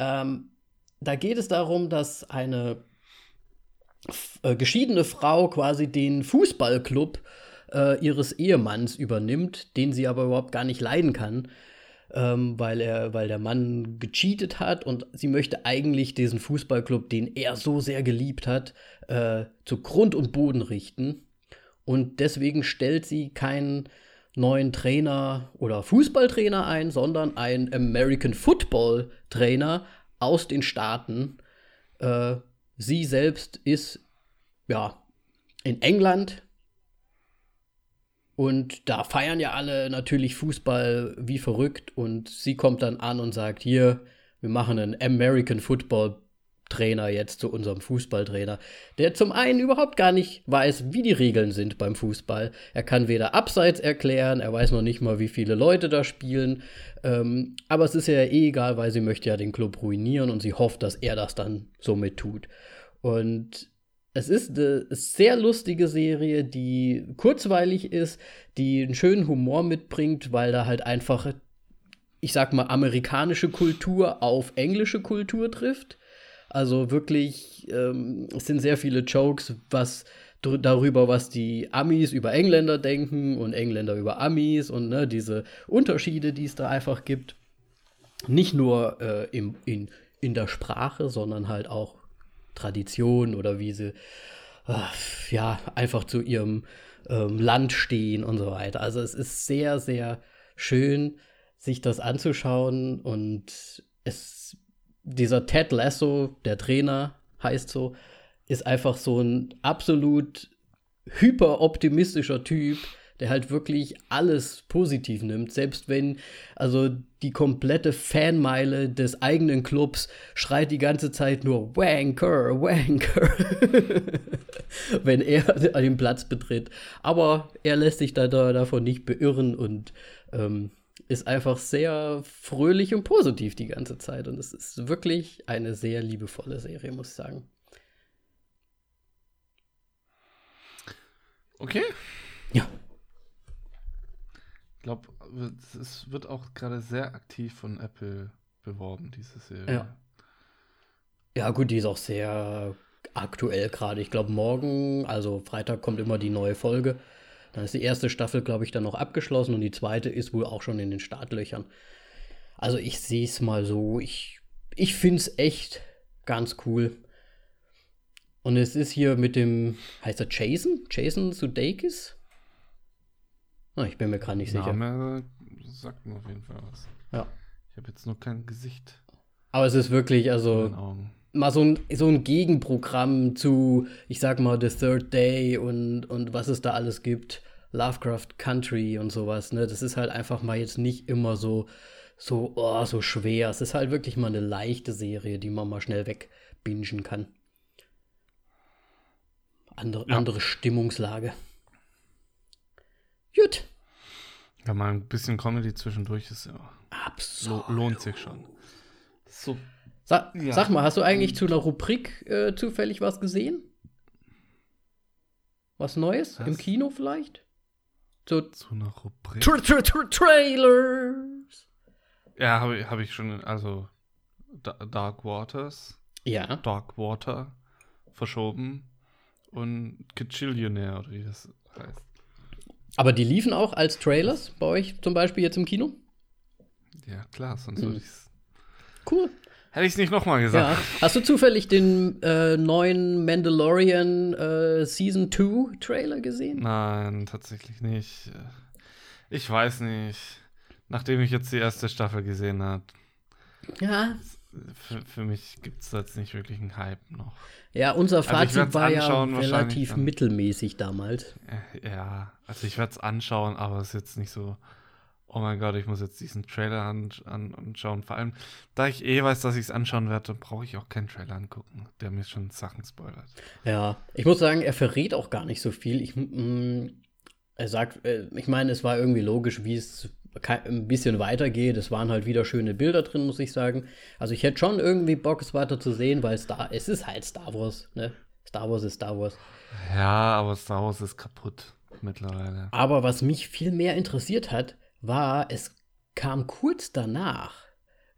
Ähm, da geht es darum, dass eine f- äh, geschiedene Frau quasi den Fußballclub äh, ihres Ehemanns übernimmt, den sie aber überhaupt gar nicht leiden kann, ähm, weil er, weil der Mann gecheatet hat und sie möchte eigentlich diesen Fußballclub, den er so sehr geliebt hat, äh, zu Grund und Boden richten. Und deswegen stellt sie keinen neuen Trainer oder Fußballtrainer ein, sondern einen American Football Trainer aus den Staaten. Äh, sie selbst ist ja in England und da feiern ja alle natürlich Fußball wie verrückt und sie kommt dann an und sagt, hier, wir machen einen American Football Trainer jetzt zu unserem Fußballtrainer, der zum einen überhaupt gar nicht weiß, wie die Regeln sind beim Fußball. Er kann weder Abseits erklären, er weiß noch nicht mal, wie viele Leute da spielen. Ähm, aber es ist ja eh egal, weil sie möchte ja den Club ruinieren und sie hofft, dass er das dann somit tut. Und es ist eine sehr lustige Serie, die kurzweilig ist, die einen schönen Humor mitbringt, weil da halt einfach, ich sag mal, amerikanische Kultur auf englische Kultur trifft. Also wirklich, ähm, es sind sehr viele Jokes, was dr- darüber, was die Amis über Engländer denken und Engländer über Amis und ne, diese Unterschiede, die es da einfach gibt. Nicht nur äh, im, in, in der Sprache, sondern halt auch Tradition oder wie sie äh, ja einfach zu ihrem ähm, Land stehen und so weiter. Also es ist sehr, sehr schön, sich das anzuschauen und es dieser Ted Lasso, der Trainer, heißt so, ist einfach so ein absolut hyperoptimistischer Typ, der halt wirklich alles positiv nimmt, selbst wenn, also die komplette Fanmeile des eigenen Clubs schreit die ganze Zeit nur Wanker, Wanker, wenn er den Platz betritt. Aber er lässt sich da, da davon nicht beirren und ähm, ist einfach sehr fröhlich und positiv die ganze Zeit. Und es ist wirklich eine sehr liebevolle Serie, muss ich sagen. Okay. Ja. Ich glaube, es wird auch gerade sehr aktiv von Apple beworben, diese Serie. Ja. Ja, gut, die ist auch sehr aktuell gerade. Ich glaube, morgen, also Freitag, kommt immer die neue Folge. Dann ist die erste Staffel, glaube ich, dann noch abgeschlossen und die zweite ist wohl auch schon in den Startlöchern. Also ich sehe es mal so, ich, ich finde es echt ganz cool. Und es ist hier mit dem, heißt er Jason? Jason Sudeikis? Ah, ich bin mir gerade nicht sicher. Name sagt mir auf jeden Fall was. Ja. Ich habe jetzt nur kein Gesicht Aber es ist wirklich, in also den Augen. mal so ein, so ein Gegenprogramm zu, ich sag mal, The Third Day und, und was es da alles gibt. Lovecraft Country und sowas, ne? Das ist halt einfach mal jetzt nicht immer so, so, oh, so schwer. Es ist halt wirklich mal eine leichte Serie, die man mal schnell wegbingen kann. Andere, Ja. andere Stimmungslage. Gut. Ja, mal ein bisschen Comedy zwischendurch ist ja Absolut. lo- lohnt sich schon. So. Sa Ja. Sag mal, hast du eigentlich zu einer Rubrik äh, zufällig was gesehen? Was Neues? Was? Im Kino vielleicht? So Zu einer Rubrik. Tra Tra Tra Trailers. Ja, habe ich, hab ich schon, also Da- Dark Waters, Ja. Dark Water verschoben und Kajillionaire, oder wie das heißt. Aber die liefen auch als Trailers bei euch zum Beispiel jetzt im Kino? Ja, klar, sonst Hm. würde ich's. Cool. Hätte ich es nicht nochmal gesagt. Ja. Hast du zufällig den äh, neuen Mandalorian äh, Season zwei Trailer gesehen? Nein, tatsächlich nicht. Ich weiß nicht. Nachdem ich jetzt die erste Staffel gesehen habe, Ja. für, für mich gibt es jetzt nicht wirklich einen Hype noch. Ja, unser ich Fazit werd's war ja anschauen wahrscheinlich relativ dann. mittelmäßig damals. Äh, Ja, also ich werde es anschauen, aber es ist jetzt nicht so, oh mein Gott, ich muss jetzt diesen Trailer an, an, anschauen. Vor allem, da ich eh weiß, dass ich es anschauen werde, brauche ich auch keinen Trailer angucken, der mir schon Sachen spoilert. Ja, ich muss sagen, er verrät auch gar nicht so viel. Ich, mm, er sagt, äh, ich meine, es war irgendwie logisch, wie es ke- ein bisschen weitergeht. Es waren halt wieder schöne Bilder drin, muss ich sagen. Also ich hätte schon irgendwie Bock, es weiter zu sehen, weil Star, es ist halt Star Wars, ne? Star Wars ist Star Wars. Ja, aber Star Wars ist kaputt mittlerweile. Aber was mich viel mehr interessiert hat, war, es kam kurz danach,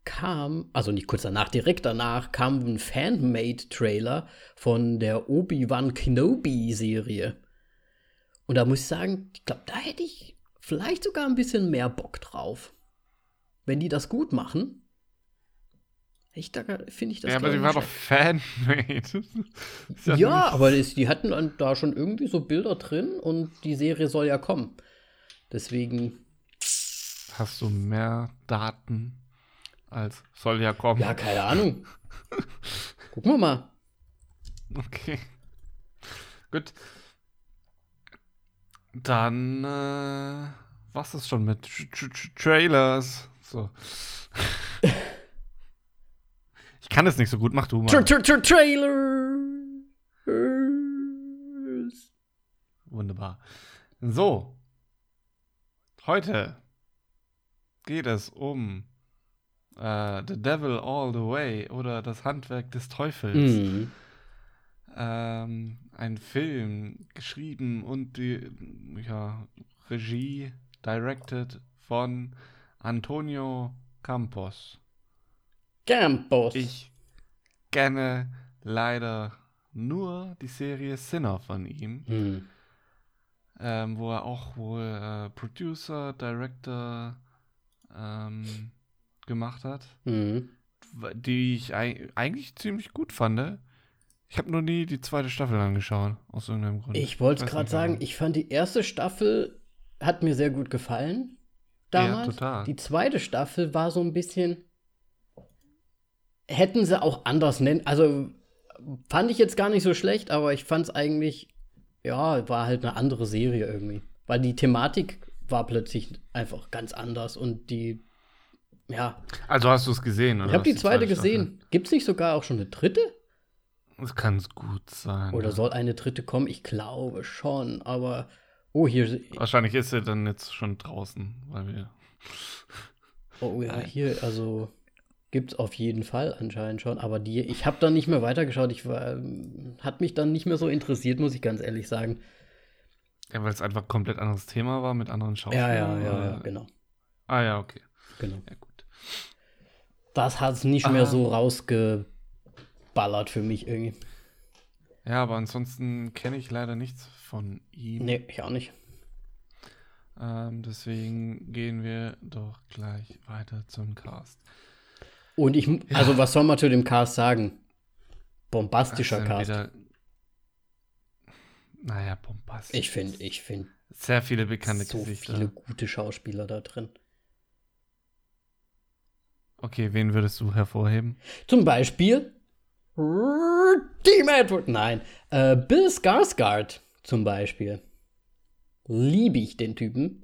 kam, also nicht kurz danach, direkt danach, kam ein Fan-Made-Trailer von der Obi-Wan Kenobi-Serie. Und da muss ich sagen, ich glaube, da hätte ich vielleicht sogar ein bisschen mehr Bock drauf. Wenn die das gut machen, ich, da finde ich das Ja, aber die nicht war doch schlecht. Fan-made. Ja, ja aber das, die hatten dann da schon irgendwie so Bilder drin und die Serie soll ja kommen. Deswegen. Hast du mehr Daten als soll ja kommen? Ja, keine Ahnung. Gucken wir mal. Okay. Gut. Dann, äh, was ist schon mit Tra- Tra- Tra- Trailers? So. Ich kann es nicht so gut, mach du mal. Tra -tra -tra Trailer. Wunderbar. So. Heute geht es um äh, The Devil All the Way oder Das Handwerk des Teufels. Mhm. Ähm, ein Film, geschrieben und die ja, Regie, directed von Antonio Campos. Campos. Ich kenne leider nur die Serie Sinner von ihm, Mhm. ähm, wo er auch wohl äh, Producer, Director ähm, gemacht hat, Mhm. die ich ei- eigentlich ziemlich gut fand. Ich habe nur nie die zweite Staffel angeschaut, aus irgendeinem Grund. Ich wollte weiß es gerade nicht sagen, warum. ich fand die erste Staffel hat mir sehr gut gefallen damals. Ja, total. Die zweite Staffel war so ein bisschen, hätten sie auch anders nennen, also fand ich jetzt gar nicht so schlecht, aber ich fand es eigentlich, ja, war halt eine andere Serie irgendwie. Weil die Thematik war plötzlich einfach ganz anders und die, ja, Also hast du es gesehen, oder? ich habe was, die zweite Staffel? gesehen. Gibt es nicht sogar auch schon eine dritte? Das kann gut sein. Oder ja. soll eine dritte kommen? Ich glaube schon, aber oh, hier, Wahrscheinlich ist sie dann jetzt schon draußen, weil wir. oh ja, Nein. hier, also gibt's auf jeden Fall anscheinend schon, aber die, ich habe dann nicht mehr weitergeschaut. Ich war, ähm, hat mich dann nicht mehr so interessiert, muss ich ganz ehrlich sagen. Ja, weil es einfach komplett anderes Thema war mit anderen Ja, Schauspielern. ja, ja, oder? ja, genau, Ah ja, okay. genau. Ja, gut. Das hat's nicht mehr Ah. so rausgeballert für mich irgendwie. Ja, aber ansonsten kenne ich leider nichts von ihm. Nee, ich auch nicht. Ähm, deswegen gehen wir doch gleich weiter zum Cast. Und ich, mu- also was soll man zu dem Cast sagen? Das Bombastischer sind Cast. wieder, naja, bombastisch. Ich finde, ich finde Sehr viele bekannte so Gesichter. viele gute Schauspieler da drin. Okay, wen würdest du hervorheben? Zum Beispiel Team Edward. Nein, äh, Bill Skarsgård zum Beispiel. Liebe ich den Typen.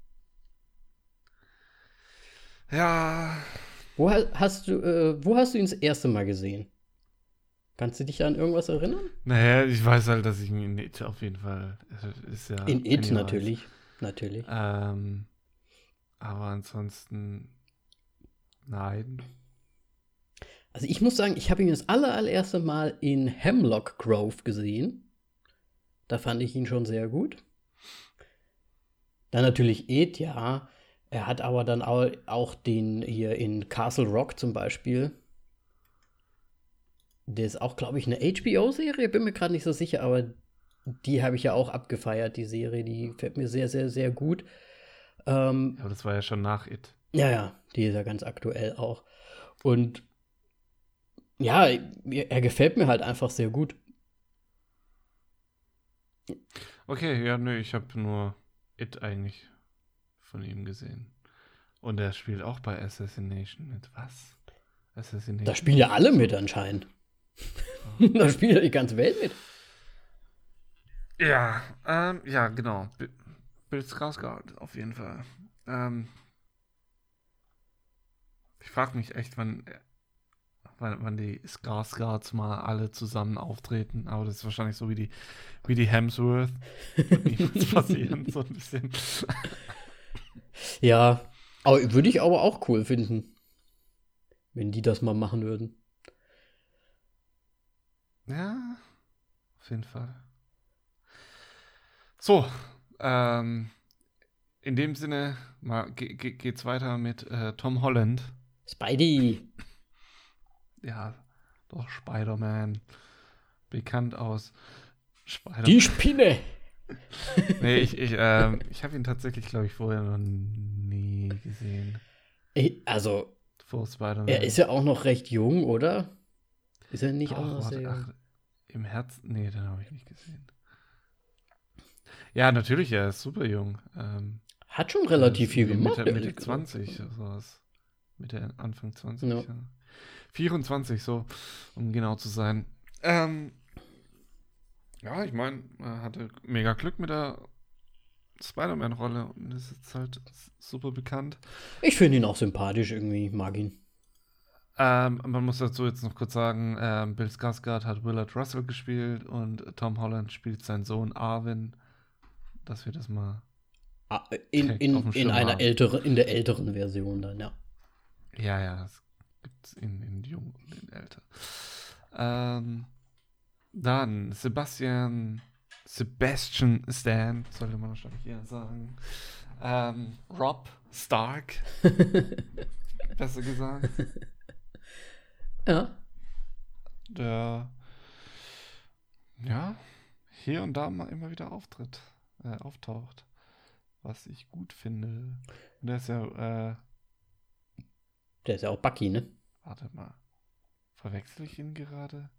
Ja, Wo ha- hast du, äh, wo hast du ihn das erste Mal gesehen? Kannst du dich an irgendwas erinnern? naja, ich weiß halt, dass ich ihn in It auf jeden Fall äh, ist ja. In It Pennywise. natürlich, natürlich. Ähm, aber ansonsten nein. Also ich muss sagen, ich habe ihn das aller, allererste Mal in Hemlock Grove gesehen. Da fand ich ihn schon sehr gut. Dann natürlich It, ja. Er hat aber dann auch, auch den hier in Castle Rock zum Beispiel. Der ist auch, glaube ich, eine H B O-Serie, bin mir gerade nicht so sicher, aber die habe ich ja auch abgefeiert, die Serie. Die fällt mir sehr, sehr, sehr gut. Ähm, Aber das war ja schon nach It. ja, ja, die ist ja ganz aktuell auch. Und ja, er gefällt mir halt einfach sehr gut. Okay, ja, nö, ich habe nur It eigentlich von ihm gesehen. Und er spielt auch bei Assassination mit. Was? Assassination? Da spielen ja alle mit anscheinend. Da spielt ja die ganze Welt mit. Ja, ähm, ja, genau. B- Bill Skarsgård, auf jeden Fall. Ähm, ich frage mich echt, wann, wann, wann die Skarsgårds mal alle zusammen auftreten. Aber das ist wahrscheinlich so wie die, wie die Hemsworth. Wird niemals passieren, so ein bisschen. Ja, aber würde ich aber auch cool finden, wenn die das mal machen würden. Ja, auf jeden Fall. So, ähm, in dem Sinne mal, ge ge geht's weiter mit äh, Tom Holland. Spidey. Ja, doch, Spider-Man. Bekannt aus Spider-Man. Die Spinne. Nee, ich, ich, ähm, ich habe ihn tatsächlich, glaube ich, vorher noch nie gesehen. Ey, also, Vor Spider-Man. er ist ja auch noch recht jung, oder? Ist er nicht Doch, auch noch warte, sehr jung? ach, im Herzen. Nee, den habe ich nicht gesehen. Ja, natürlich, er ist super jung. Ähm, Hat schon relativ ist viel irgendwie gemacht. Mitte, Mitte ehrlich gesagt. zwanzig, sowas. Mitte, Anfang zwanzig, Ja. ja. vierundzwanzig, so, um genau zu sein. Ähm, ja, ich meine, er hatte mega Glück mit der Spider-Man-Rolle und ist jetzt halt s- super bekannt. Ich finde ihn auch sympathisch irgendwie, mag ihn. Ähm, man muss dazu jetzt noch kurz sagen, ähm, Bill Skarsgård hat Willard Russell gespielt und Tom Holland spielt seinen Sohn Arvin, dass wir das mal Ah, in, direkt auf in, dem in Schirm einer haben. älteren, in der älteren Version dann, ja. Ja, ja, das gibt's in, in jung und in älter. Ähm, dann Sebastian, Sebastian Stan, sollte man wahrscheinlich eher sagen. Ähm, Rob Stark, besser gesagt. Ja. Der, ja, hier und da mal immer wieder auftritt, äh, auftaucht. Was ich gut finde. Und der ist ja, äh, Der ist ja auch Bucky, ne? warte mal. Verwechsel ich ihn gerade?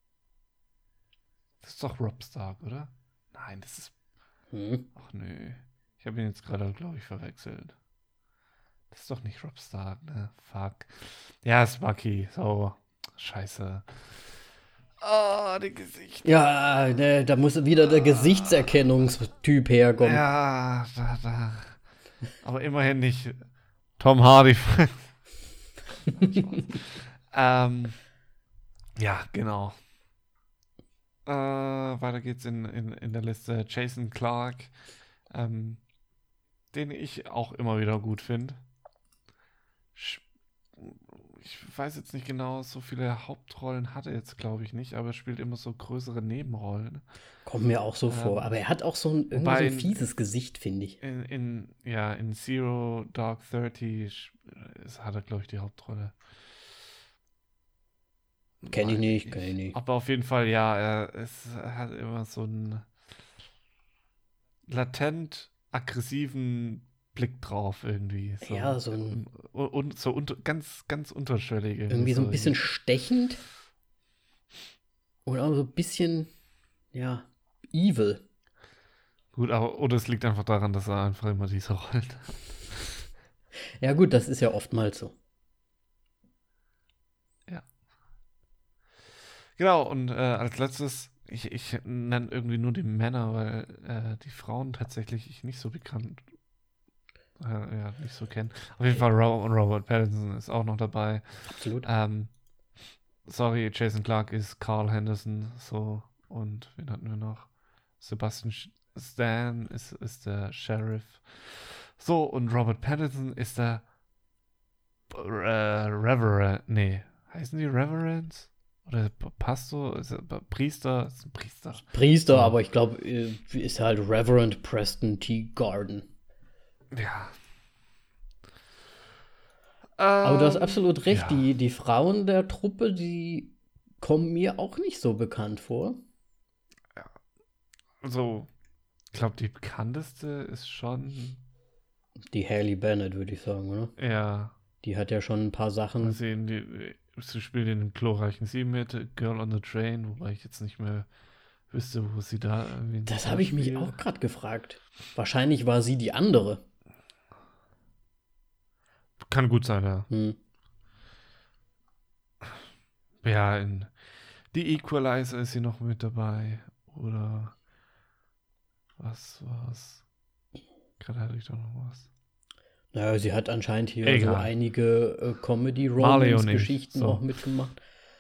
Das ist doch Rob Stark, oder? Nein, das ist. Hm. Ach nö. Ich habe ihn jetzt gerade, glaube ich, verwechselt. Das ist doch nicht Rob Stark, ne? Fuck. Ja, ist Bucky. So. Scheiße. Oh, die Gesichter. Ja, ne, da muss wieder der Gesichtserkennungstyp herkommen. Ja, da, da. Aber immerhin nicht Tom Hardy. ähm, ja, genau. Äh, weiter geht's in, in, in der Liste. Jason Clarke, ähm, den ich auch immer wieder gut finde. Ich weiß jetzt nicht genau, so viele Hauptrollen hat er jetzt, glaube ich, nicht, aber er spielt immer so größere Nebenrollen. Kommt mir auch so Ähm, vor. Aber er hat auch so ein, irgendwie so wobei ein in- fieses Gesicht, finde ich. In, in, ja, in Zero Dark Thirty sch- ist, hat er, glaube ich, die Hauptrolle. Kenn ich Meine nicht, kenn ich nicht. Aber auf jeden Fall, ja, er, es, er hat immer so einen latent aggressiven Blick drauf irgendwie. So. Ja, so ein- Und, und so unter, ganz, ganz unterschwellig. Irgendwie so ein bisschen stechend. Und auch so ein bisschen, ja, evil. Gut, aber oder es liegt einfach daran, dass er einfach immer diese Rollen hat. Ja, gut, das ist ja oftmals so. Genau, und äh, als letztes, ich, ich nenne irgendwie nur die Männer, weil äh, die Frauen tatsächlich ich nicht so bekannt, äh, ja, nicht so kenne. Auf jeden Fall Ro Robert Pattinson ist auch noch dabei. Absolut. Ähm, sorry, Jason Clarke ist Carl Henderson, so, und wen hatten wir noch? Sebastian Stan ist, ist der Sheriff. So, und Robert Pattinson ist der äh, Reverend, nee, heißen die Reverends? Oder P- Pastor, ist er, P- Priester, ist ein Priester. Priester, So. aber ich glaube, ist halt Reverend Preston T. Garden. Ja. Aber du hast Ähm, absolut recht, ja. die, die Frauen der Truppe, die kommen mir auch nicht so bekannt vor. Also, ich glaube, die bekannteste ist schon, Die Hailey Bennett, würde ich sagen, oder? ja, Die hat ja schon ein paar mal Sachen. sehen, die, sie spielt in den glorreichen Sieben mit, Girl on the Train, wobei ich jetzt nicht mehr wüsste, wo sie da irgendwie. Das habe ich mich auch gerade gefragt. Wahrscheinlich war sie die andere. Kann gut sein, ja. Hm. Ja, in die Equalizer ist sie noch mit dabei. Oder was war's? Gerade hatte ich doch noch was. Naja, sie hat anscheinend hier Egal. so einige äh, Marley Comedy-Romance-Geschichten so. auch mitgemacht.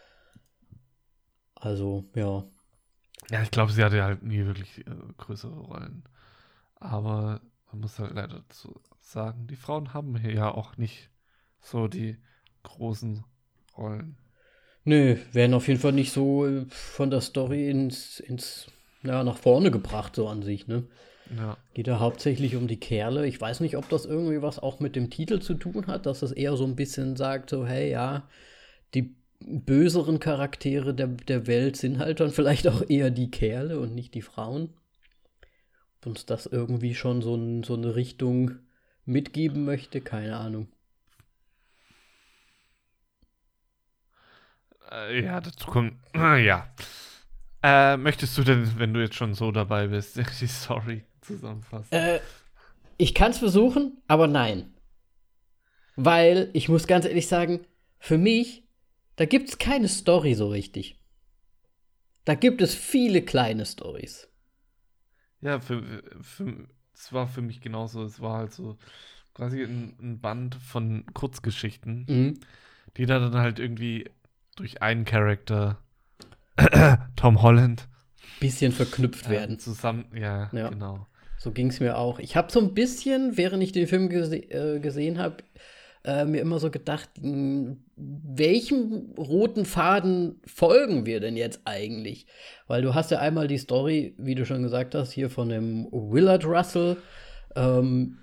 Also, ja. Ja, ich glaube, sie hatte halt nie wirklich äh, größere Rollen. Aber man muss halt leider dazu sagen, die Frauen haben hier ja auch nicht so die großen Rollen. Nö, werden auf jeden Fall nicht so äh, von der Story ins, ins, ja, nach vorne gebracht, so an sich, ne? Ja. Geht ja hauptsächlich um die Kerle. Ich weiß nicht, ob das irgendwie was auch mit dem Titel zu tun hat, dass das eher so ein bisschen sagt, so, hey, ja, die böseren Charaktere der, der Welt sind halt dann vielleicht auch eher die Kerle und nicht die Frauen. Ob uns das irgendwie schon so, ein, so eine Richtung mitgeben möchte, keine Ahnung. Äh, ja, dazu kommt. Äh, ja. Äh, möchtest du denn, wenn du jetzt schon so dabei bist, die Story zusammenfassen? Äh, ich kann es versuchen, aber nein. Weil, ich muss ganz ehrlich sagen, für mich, da gibt es keine Story so richtig. Da gibt es viele kleine Storys. Ja, für, für, es war für mich genauso. Es war halt so quasi ein, ein Band von Kurzgeschichten, Mhm. die da dann halt irgendwie durch einen Charakter, Tom Holland, Bisschen verknüpft äh, werden. zusammen, ja, Ja. genau. So ging es mir auch. Ich habe so ein bisschen, während ich den Film gese äh, gesehen habe, äh, mir immer so gedacht, mh, welchem roten Faden folgen wir denn jetzt eigentlich? Weil du hast ja einmal die Story, wie du schon gesagt hast, hier von dem Willard Russell, ähm,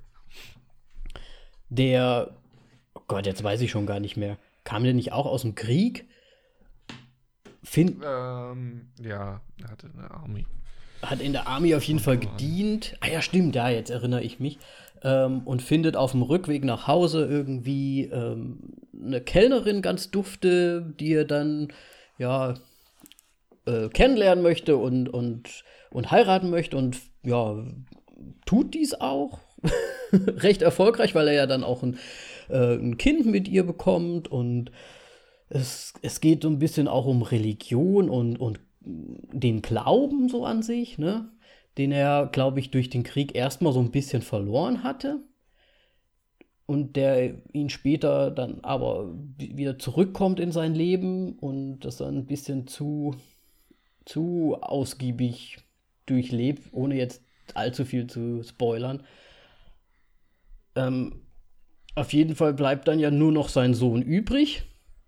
der, oh Gott, jetzt weiß ich schon gar nicht mehr, kam der nicht auch aus dem Krieg? Fin Ähm, ja, er hatte eine Army. hat in der Army auf jeden Fall gedient. Ah ja, stimmt, ja, jetzt erinnere ich mich. Ähm, und findet auf dem Rückweg nach Hause irgendwie ähm, eine Kellnerin ganz dufte, die er dann, ja, äh, kennenlernen möchte und, und, und heiraten möchte und, ja, tut dies auch. Recht erfolgreich, weil er ja dann auch ein, äh, ein Kind mit ihr bekommt und es, es geht so ein bisschen auch um Religion und, und den Glauben so an sich, ne? Den er, glaube ich, durch den Krieg erstmal so ein bisschen verloren hatte und der ihn später dann aber wieder zurückkommt in sein Leben und das dann ein bisschen zu, zu ausgiebig durchlebt, ohne jetzt allzu viel zu spoilern. Ähm, auf jeden Fall bleibt dann ja nur noch sein Sohn übrig,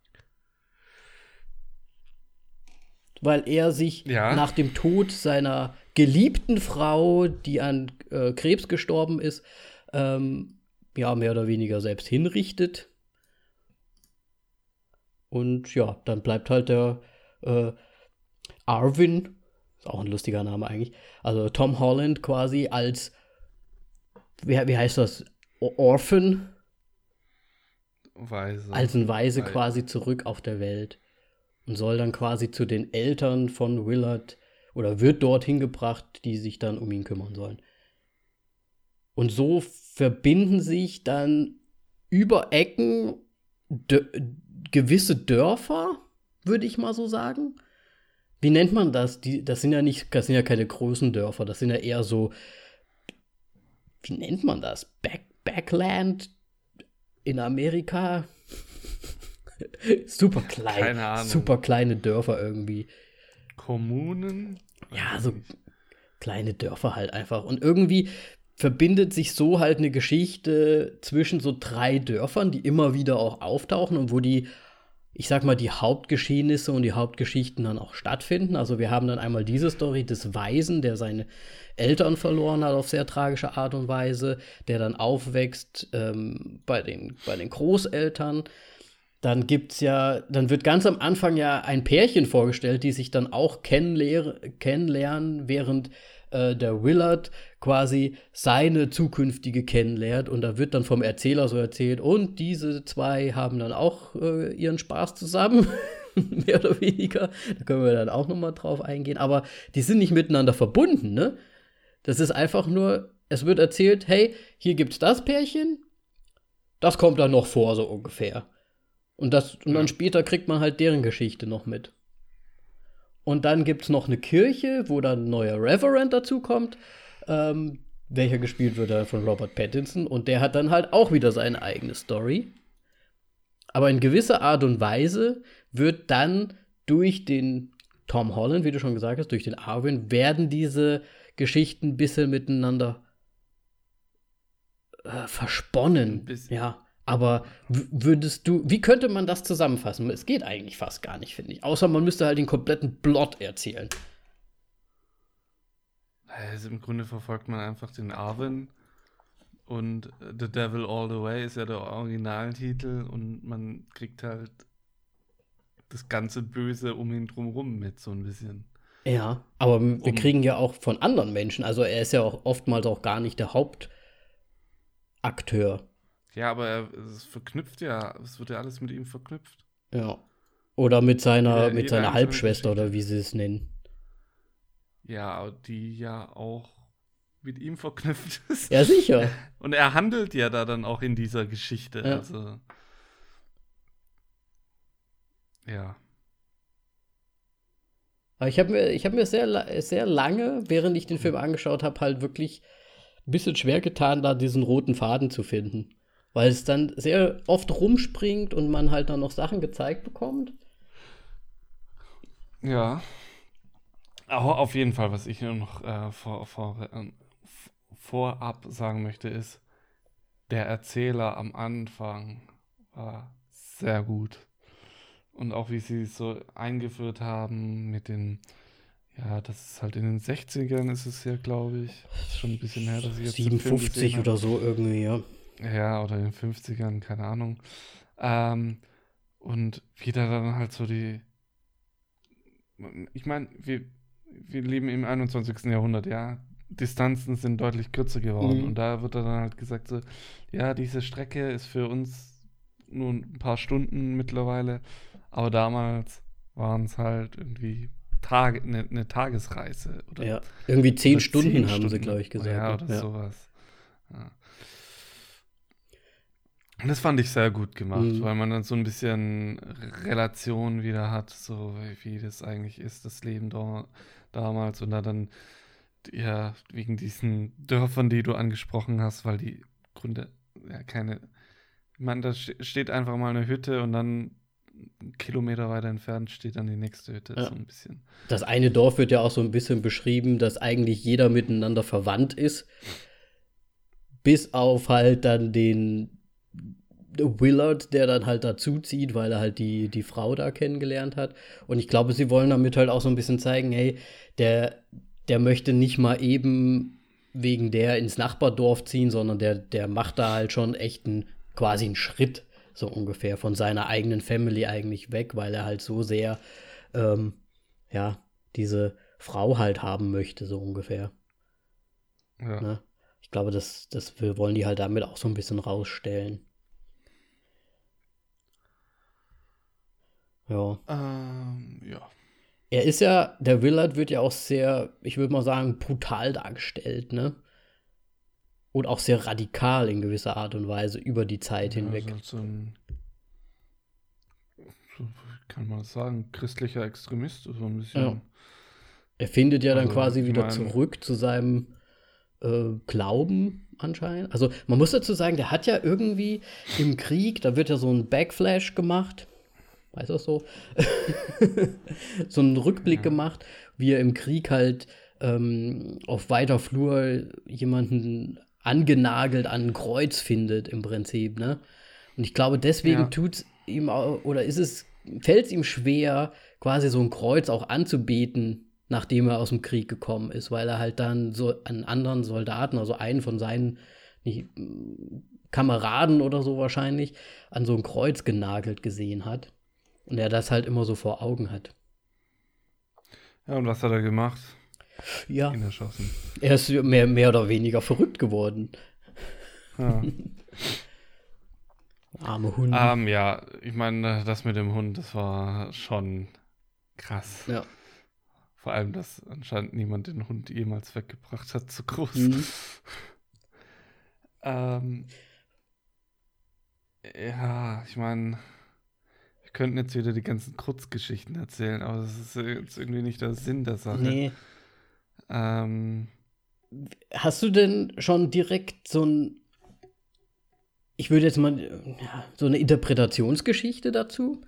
weil er sich Ja. nach dem Tod seiner geliebten Frau, die an äh, Krebs gestorben ist, ähm, ja, mehr oder weniger selbst hinrichtet. Und ja, dann bleibt halt der äh, Arvin, ist auch ein lustiger Name eigentlich, also Tom Holland quasi als, wie, wie heißt das, O- Orphan, Weise. als ein Waise Weil- quasi zurück auf der Welt und soll dann quasi zu den Eltern von Willard oder wird dorthin gebracht, die sich dann um ihn kümmern sollen. Und so verbinden sich dann über Ecken dö- gewisse Dörfer, würde ich mal so sagen. Wie nennt man das? Die, das sind ja nicht, das sind ja keine großen Dörfer, das sind ja eher so, wie nennt man das? Back, Backland in Amerika? Super klein. Keine Ahnung. Super kleine Dörfer irgendwie. Kommunen? Ja, so kleine Dörfer halt einfach. Und irgendwie verbindet sich so halt eine Geschichte zwischen so drei Dörfern, die immer wieder auch auftauchen und wo die, ich sag mal, die Hauptgeschehnisse und die Hauptgeschichten dann auch stattfinden. Also wir haben dann einmal diese Story des Waisen, der seine Eltern verloren hat auf sehr tragische Art und Weise, der dann aufwächst ähm, bei den, bei den Großeltern. Dann gibt's ja, dann wird ganz am Anfang ja ein Pärchen vorgestellt, die sich dann auch kennenler- kennenlernen, während äh, der Willard quasi seine zukünftige kennenlernt. Und da wird dann vom Erzähler so erzählt, und diese zwei haben dann auch äh, ihren Spaß zusammen, mehr oder weniger. Da können wir dann auch nochmal drauf eingehen. Aber die sind nicht miteinander verbunden, ne? Das ist einfach nur, es wird erzählt, hey, hier gibt's das Pärchen, das kommt dann noch vor, so ungefähr. Und, das, und dann später kriegt man halt deren Geschichte noch mit. Und dann gibt es noch eine Kirche, wo dann ein neuer Reverend dazukommt, ähm, welcher gespielt wird dann von Robert Pattinson. Und der hat dann halt auch wieder seine eigene Story. Aber in gewisser Art und Weise wird dann durch den Tom Holland, wie du schon gesagt hast, durch den Arvin, werden diese Geschichten ein bisschen miteinander äh, versponnen. Ein bisschen. Ja. Aber w- würdest du, wie könnte man das zusammenfassen? Es geht eigentlich fast gar nicht, finde ich. Außer man müsste halt den kompletten Plot erzählen. Also im Grunde verfolgt man einfach den Arwen und The Devil All the Way ist ja der Originaltitel und man kriegt halt das ganze Böse um ihn drumherum mit, so ein bisschen. Ja, aber wir Um, kriegen ja auch von anderen Menschen, also er ist ja auch oftmals auch gar nicht der Hauptakteur. ja, aber er, es verknüpft ja, es wird ja alles mit ihm verknüpft. Ja. Oder mit seiner, Jede, mit jede seiner einzelne Halbschwester oder Geschichte. wie sie es nennen. Ja, aber die ja auch mit ihm verknüpft ist. Ja, sicher. Und er handelt ja da dann auch in dieser Geschichte. Ja. Also, ja. Aber ich habe mir, ich hab mir sehr, la- sehr lange, während ich den Film angeschaut habe, halt wirklich ein bisschen schwer getan, da diesen roten Faden zu finden. Weil es dann sehr oft rumspringt und man halt dann noch Sachen gezeigt bekommt. Ja. Aber auf jeden Fall, was ich nur noch äh, vor, vor, äh, vorab sagen möchte, ist, der Erzähler am Anfang war sehr gut. Und auch wie sie es so eingeführt haben mit den, ja, das ist halt in den sechzigern ist es ja, glaube ich. Ist schon ein bisschen her, dass ich jetzt den Film siebenundfünfzig gesehen oder habe. so irgendwie, ja. Ja, oder in den fünfzigern, keine Ahnung. Ähm, und wie da dann halt so die, ich meine, wir, wir leben im einundzwanzigsten Jahrhundert, ja. Distanzen sind deutlich kürzer geworden. Und Mhm. da wird dann halt gesagt so, ja, diese Strecke ist für uns nur ein paar Stunden mittlerweile, aber damals waren es halt irgendwie Tage, eine ne Tagesreise oder, Ja. Irgendwie zehn oder Stunden zehn haben sie, Stunden. glaube ich, gesagt. Ja, Ne? oder Ja. sowas. Ja. Und das fand ich sehr gut gemacht, Mhm. weil man dann so ein bisschen Relation wieder hat, so wie, wie das eigentlich ist, das Leben da, damals. Und da dann, ja, wegen diesen Dörfern, die du angesprochen hast, weil die Gründe, ja, keine, ich meine, da ste- steht einfach mal eine Hütte und dann einen Kilometer weiter entfernt steht dann die nächste Hütte, Ja. so ein bisschen. Das eine Dorf wird ja auch so ein bisschen beschrieben, dass eigentlich jeder miteinander verwandt ist. Bis auf halt dann den Willard, der dann halt dazuzieht, weil er halt die, die Frau da kennengelernt hat. Und ich glaube, sie wollen damit halt auch so ein bisschen zeigen, hey, der, der möchte nicht mal eben wegen der ins Nachbardorf ziehen, sondern der, der macht da halt schon echt einen, quasi einen Schritt, so ungefähr, von seiner eigenen Family eigentlich weg, weil er halt so sehr, ähm, ja, diese Frau halt haben möchte, so ungefähr. Ja. Ne? Ich glaube, das, das wollen die halt damit auch so ein bisschen rausstellen. Ja. Ähm, ja. Er ist ja, der Willard wird ja auch sehr, ich würde mal sagen, brutal dargestellt, ne? Und auch sehr radikal in gewisser Art und Weise über die Zeit Ja, hinweg. so, so ein, so, wie kann man das sagen, christlicher Extremist, so ein bisschen. Ja. Er findet ja dann Also, quasi ich wieder mein- zurück zu seinem äh, Glauben anscheinend. Also man muss dazu sagen, der hat ja irgendwie im Krieg, da wird ja so ein Backflash gemacht. Weißt du das so? So einen Rückblick Ja. gemacht, wie er im Krieg halt ähm, auf weiter Flur jemanden angenagelt an ein Kreuz findet, im Prinzip, ne? Und ich glaube, deswegen Ja. tut's ihm au- oder ist es, fällt es ihm schwer, quasi so ein Kreuz auch anzubeten, nachdem er aus dem Krieg gekommen ist, weil er halt dann so einen anderen Soldaten, also einen von seinen nicht, mm, Kameraden oder so wahrscheinlich, an so ein Kreuz genagelt gesehen hat. Und er das halt immer so vor Augen hat. Ja, und was hat er gemacht? Ja, Ihn erschossen. er ist mehr, mehr oder weniger verrückt geworden. Ja. Arme Hunde. ähm, ja, ich meine, das mit dem Hund, das war schon krass. Ja. Vor allem, dass anscheinend niemand den Hund jemals weggebracht hat, zu groß. Mhm. ähm, ja, ich meine, wir könnten jetzt wieder die ganzen Kurzgeschichten erzählen, aber das ist jetzt irgendwie nicht der Sinn der Sache. Nee. Ähm, Hast du denn schon direkt so ein, ich würde jetzt mal, ja, so eine Interpretationsgeschichte dazu?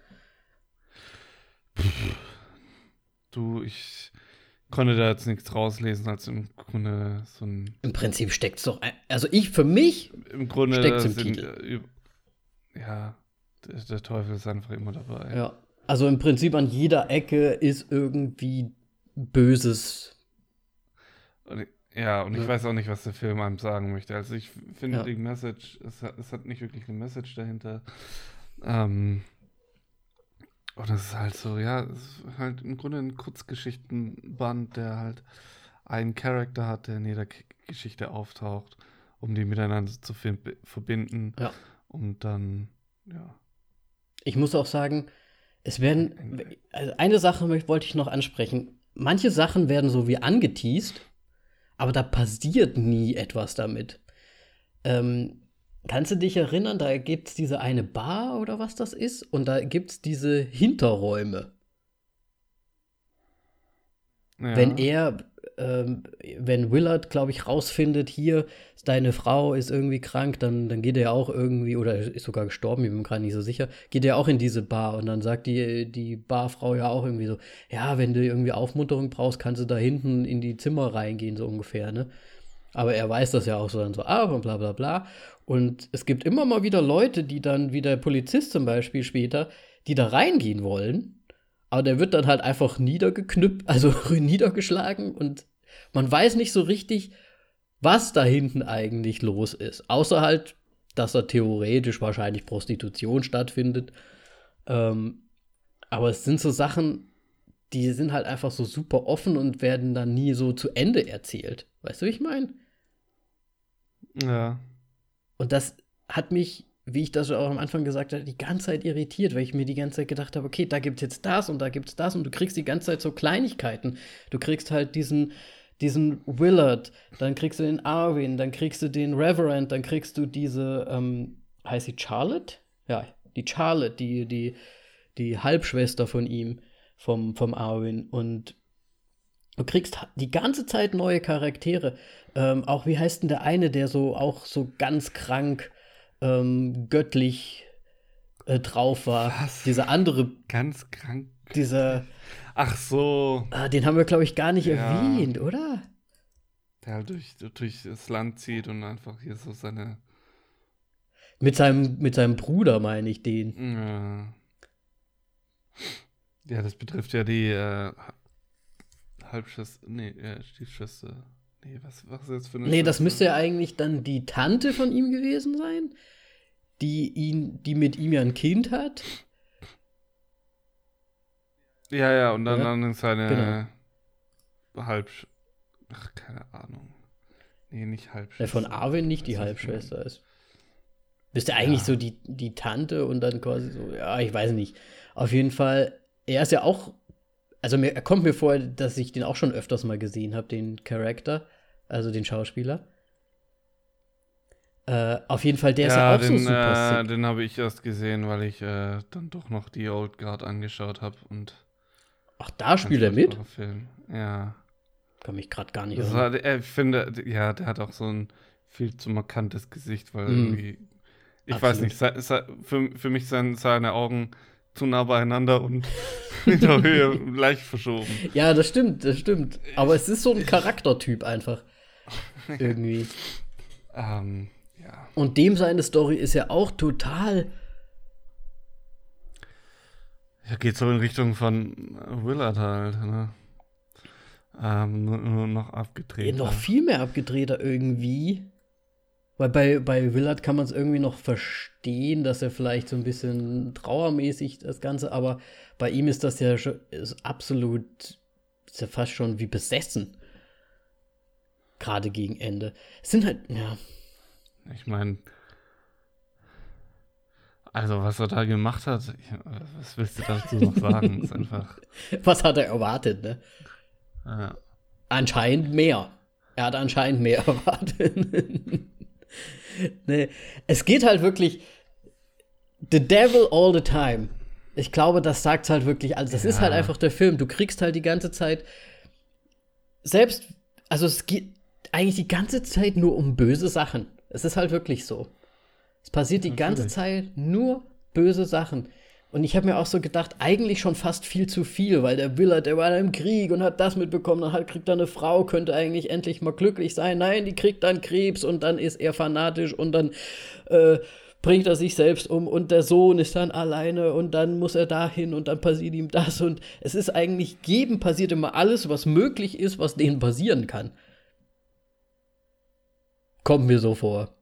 du, ich konnte da jetzt nichts rauslesen, als im Grunde so ein. Im Prinzip steckt es doch, ein, also ich, für mich, Im Grunde Steckt's im sind, Titel. äh, üb- ja, der, der Teufel ist einfach immer dabei. ja, also im Prinzip an jeder Ecke ist irgendwie Böses. Und Ja, und ich Ja. weiß auch nicht, was der Film einem sagen möchte. Also ich finde Ja. die Message, es hat, es hat nicht wirklich eine Message dahinter. Ähm, und es ist halt so, ja, es ist halt im Grunde ein Kurzgeschichtenband, der halt einen Charakter hat, der in jeder K Geschichte auftaucht, um die miteinander zu fin- verbinden. Ja. Und dann, ja. Ich muss auch sagen, es werden, also eine Sache möcht- wollte ich noch ansprechen. Manche Sachen werden so wie angeteased, aber da passiert nie etwas damit. Ähm, kannst du dich erinnern, da gibt es diese eine Bar oder was das ist und da gibt es diese Hinterräume. Ja. Wenn er, ähm, wenn Willard, glaube ich, rausfindet, hier, deine Frau ist irgendwie krank, dann, dann geht er auch irgendwie, oder ist sogar gestorben, ich bin mir gerade nicht so sicher, geht er auch in diese Bar und dann sagt die, die Barfrau ja auch irgendwie so, ja, wenn du irgendwie Aufmunterung brauchst, kannst du da hinten in die Zimmer reingehen, so ungefähr, ne? Aber er weiß das ja auch so dann so ab und bla bla bla. Und es gibt immer mal wieder Leute, die dann, wie der Polizist zum Beispiel später, die da reingehen wollen. Aber der wird dann halt einfach niedergeknüpft, also niedergeschlagen und man weiß nicht so richtig, was da hinten eigentlich los ist. Außer halt, dass da theoretisch wahrscheinlich Prostitution stattfindet. Ähm, aber es sind so Sachen, die sind halt einfach so super offen und werden dann nie so zu Ende erzählt. Weißt du, wie ich meine? Ja. Und das hat mich, wie ich das schon auch am Anfang gesagt habe, die ganze Zeit irritiert, weil ich mir die ganze Zeit gedacht habe, okay, da gibt's jetzt das und da gibt's das und du kriegst die ganze Zeit so Kleinigkeiten. Du kriegst halt diesen, diesen Willard, dann kriegst du den Arvin, dann kriegst du den Reverend, dann kriegst du diese, ähm, heißt sie Charlotte? Ja, die Charlotte, die, die, die Halbschwester von ihm, vom, vom Arvin. Und du kriegst die ganze Zeit neue Charaktere. Ähm, auch wie heißt denn der eine, der so auch so ganz krank ähm, göttlich äh, drauf war? Was? Dieser andere, Ganz krank. dieser, Ach so. ah, den haben wir, glaube ich, gar nicht Ja. erwähnt, oder? Der halt durch, durch das Land zieht und einfach hier so seine. Mit seinem, mit seinem Bruder meine ich den. Ja, ja das betrifft ja die äh, Halbschwester. Nee, äh, Stiefschwester. Nee, was, was ist jetzt für eine Nee, das Schwester? müsste ja eigentlich dann die Tante von ihm gewesen sein, die ihn, die mit ihm ja ein Kind hat. Ja, ja, und dann, Ja, dann seine Halb. Ach, keine Ahnung. Nee, nicht Der Halbschwester. von Arvin nicht die Weiß ich Halbschwester ist. Bist du eigentlich Ja. so die, die Tante und dann quasi so, ja, ich weiß nicht. Auf jeden Fall, er ist ja auch, also mir er kommt mir vor, dass ich den auch schon öfters mal gesehen habe, den Charakter, also den Schauspieler. Äh, auf jeden Fall, der ist ja auch den, so super äh, sick. den habe ich erst gesehen, weil ich äh, dann doch noch die Old Guard angeschaut habe und Ach, da spielt er mit? furchtbarer Film. Ja. Kann mich gerade gar nicht Das erinnern. war, äh, ich finde, ja, der hat auch so ein viel zu markantes Gesicht, weil Mhm. irgendwie, ich Absolut. weiß nicht, se, se, für, für mich sind seine Augen zu nah beieinander und in der Höhe leicht verschoben. Ja, das stimmt, das stimmt. Aber es ist so ein Charaktertyp einfach. Irgendwie. Ähm, ja. Und dem seine Story ist ja auch total. Ja, geht so in Richtung von Willard halt, ne? Ähm, nur, nur noch abgedreht. noch viel mehr abgedrehter irgendwie. Weil bei, bei Willard kann man es irgendwie noch verstehen, dass er vielleicht so ein bisschen trauermäßig das Ganze, aber bei ihm ist das ja schon ist absolut, ist ja fast schon wie besessen. Gerade gegen Ende. Es sind halt, ja, Ich meine, also was er da gemacht hat, ich, was willst du dazu noch sagen? Ist einfach, was hat er erwartet, ne? ja. Anscheinend mehr. Er hat anscheinend mehr erwartet. Nee, es geht halt wirklich The Devil all the time. Ich glaube, das sagt halt wirklich, also das Ja. ist halt einfach der Film. Du kriegst halt die ganze Zeit selbst, also es geht eigentlich die ganze Zeit nur um böse Sachen. Es ist halt wirklich so. Es passiert die ganze Natürlich. Zeit nur böse Sachen. Und ich habe mir auch so gedacht, eigentlich schon fast viel zu viel, weil der Willard, der war da im Krieg und hat das mitbekommen, dann hat, kriegt er eine Frau, könnte eigentlich endlich mal glücklich sein. Nein, die kriegt dann Krebs und dann ist er fanatisch und dann äh, bringt er sich selbst um und der Sohn ist dann alleine und dann muss er dahin und dann passiert ihm das und es ist eigentlich, jedem passiert immer alles, was möglich ist, was denen passieren kann. Kommt mir so vor.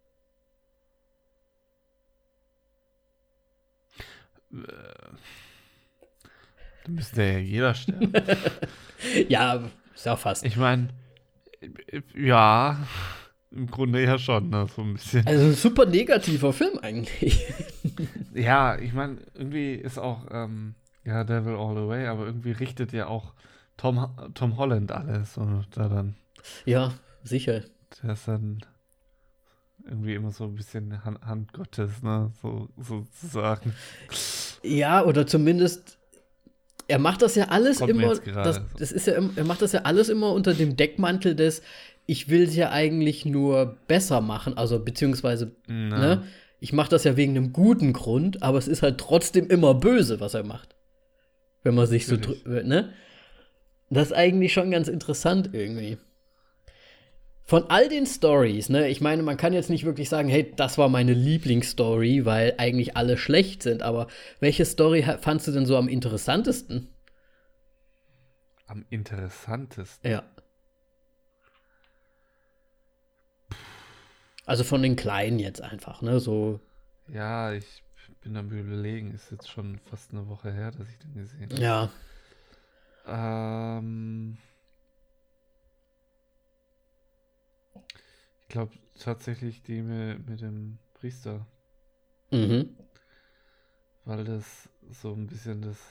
Da müsste ja jeder sterben. Ja, ist ja fast. Ich meine, ja, im Grunde ja schon, ne, so ein bisschen. Also ein super negativer Film eigentlich. Ja, ich meine, irgendwie ist auch, ähm, ja, Devil All the Way, aber irgendwie richtet ja auch Tom, Tom Holland alles und da dann, Ja, sicher. der ist dann irgendwie immer so ein bisschen Hand, Hand Gottes, ne, so sozusagen. Ja, oder zumindest, er macht das ja alles Kommt mir immer, jetzt gerade das, so. das ist ja, im- er macht das ja alles immer unter dem Deckmantel des, ich will es ja eigentlich nur besser machen, also beziehungsweise, Na, ne, ich mache das ja wegen einem guten Grund, aber es ist halt trotzdem immer böse, was er macht. Wenn man sich so, Natürlich. drü- ne? Das ist eigentlich schon ganz interessant irgendwie. Von all den Stories, ne, ich meine, man kann jetzt nicht wirklich sagen, hey, das war meine Lieblingsstory, weil eigentlich alle schlecht sind, aber welche Story ha- fandst du denn so am interessantesten? am interessantesten. Ja. Also von den Kleinen jetzt einfach, ne, so, Ja, ich bin am Überlegen, ist jetzt schon fast eine Woche her, dass ich den gesehen habe. ja. Ähm, ich glaube tatsächlich die mit, mit dem Priester, Mhm. weil das so ein bisschen das,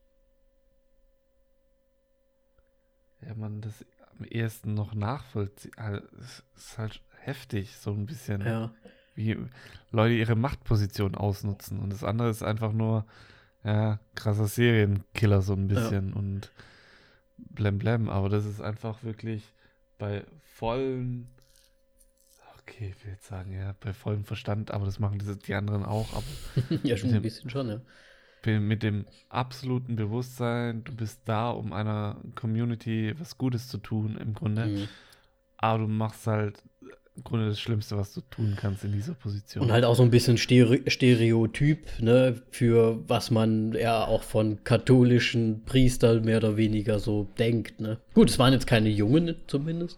ja, man das am ehesten noch nachvollzieht. Also, es ist halt heftig, so ein bisschen, Ja. wie Leute ihre Machtposition ausnutzen. Und das andere ist einfach nur, ja, krasser Serienkiller so ein Ja. bisschen und blem blem. Aber das ist einfach wirklich bei vollem, okay, ich will jetzt sagen, ja, bei vollem Verstand, aber das machen diese, die anderen auch, aber Ja, schon mit ein dem, bisschen schon, ja. mit dem absoluten Bewusstsein, du bist da, um einer Community was Gutes zu tun, im Grunde. Mhm. Aber du machst halt im Grunde das Schlimmste, was du tun kannst in dieser Und Position. halt auch so ein bisschen Stere Stereotyp, ne, für was man ja auch von katholischen Priestern mehr oder weniger so denkt, ne. Gut, es waren jetzt keine Jungen zumindest.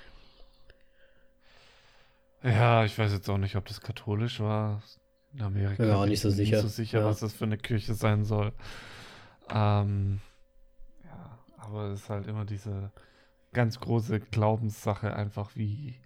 Ja, ich weiß jetzt auch nicht, ob das katholisch war. In Amerika Bin mir auch bin nicht ich so mir nicht sicher. so sicher, Ja. was das für eine Kirche sein soll. Ähm, ja, aber es ist halt immer diese ganz große Glaubenssache, einfach wie,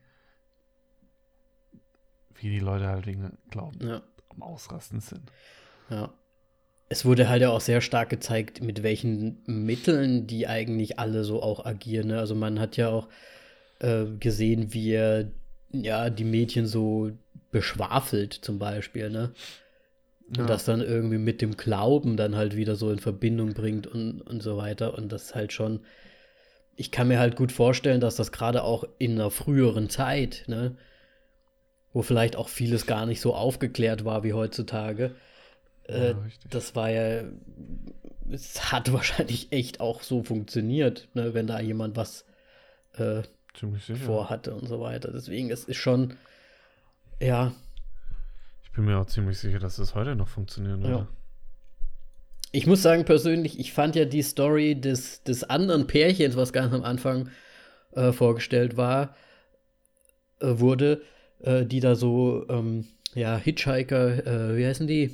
wie die Leute halt Dinge glauben, Ja, am Ausrasten sind. ja. Es wurde halt ja auch sehr stark gezeigt, mit welchen Mitteln die eigentlich alle so auch agieren, ne? Also man hat ja auch äh, gesehen, wie er ja die Mädchen so beschwafelt zum Beispiel, ne? Und Ja, das dann irgendwie mit dem Glauben dann halt wieder so in Verbindung bringt und, und so weiter. Und das halt schon, ich kann mir halt gut vorstellen, dass das gerade auch in einer früheren Zeit, ne, wo vielleicht auch vieles gar nicht so aufgeklärt war wie heutzutage, äh, ja, richtig. das war ja, es hat wahrscheinlich echt auch so funktioniert, ne, wenn da jemand was äh, Ziemlich sicher. vorhatte und so weiter. Deswegen, es ist schon, ja, Ich bin mir auch ziemlich sicher, dass das heute noch funktionieren würde. ja. Ich muss sagen, persönlich, ich fand ja die Story des, des anderen Pärchens, was ganz am Anfang äh, vorgestellt war, äh, wurde, äh, die da so, ähm, ja, Hitchhiker, äh, wie heißen die?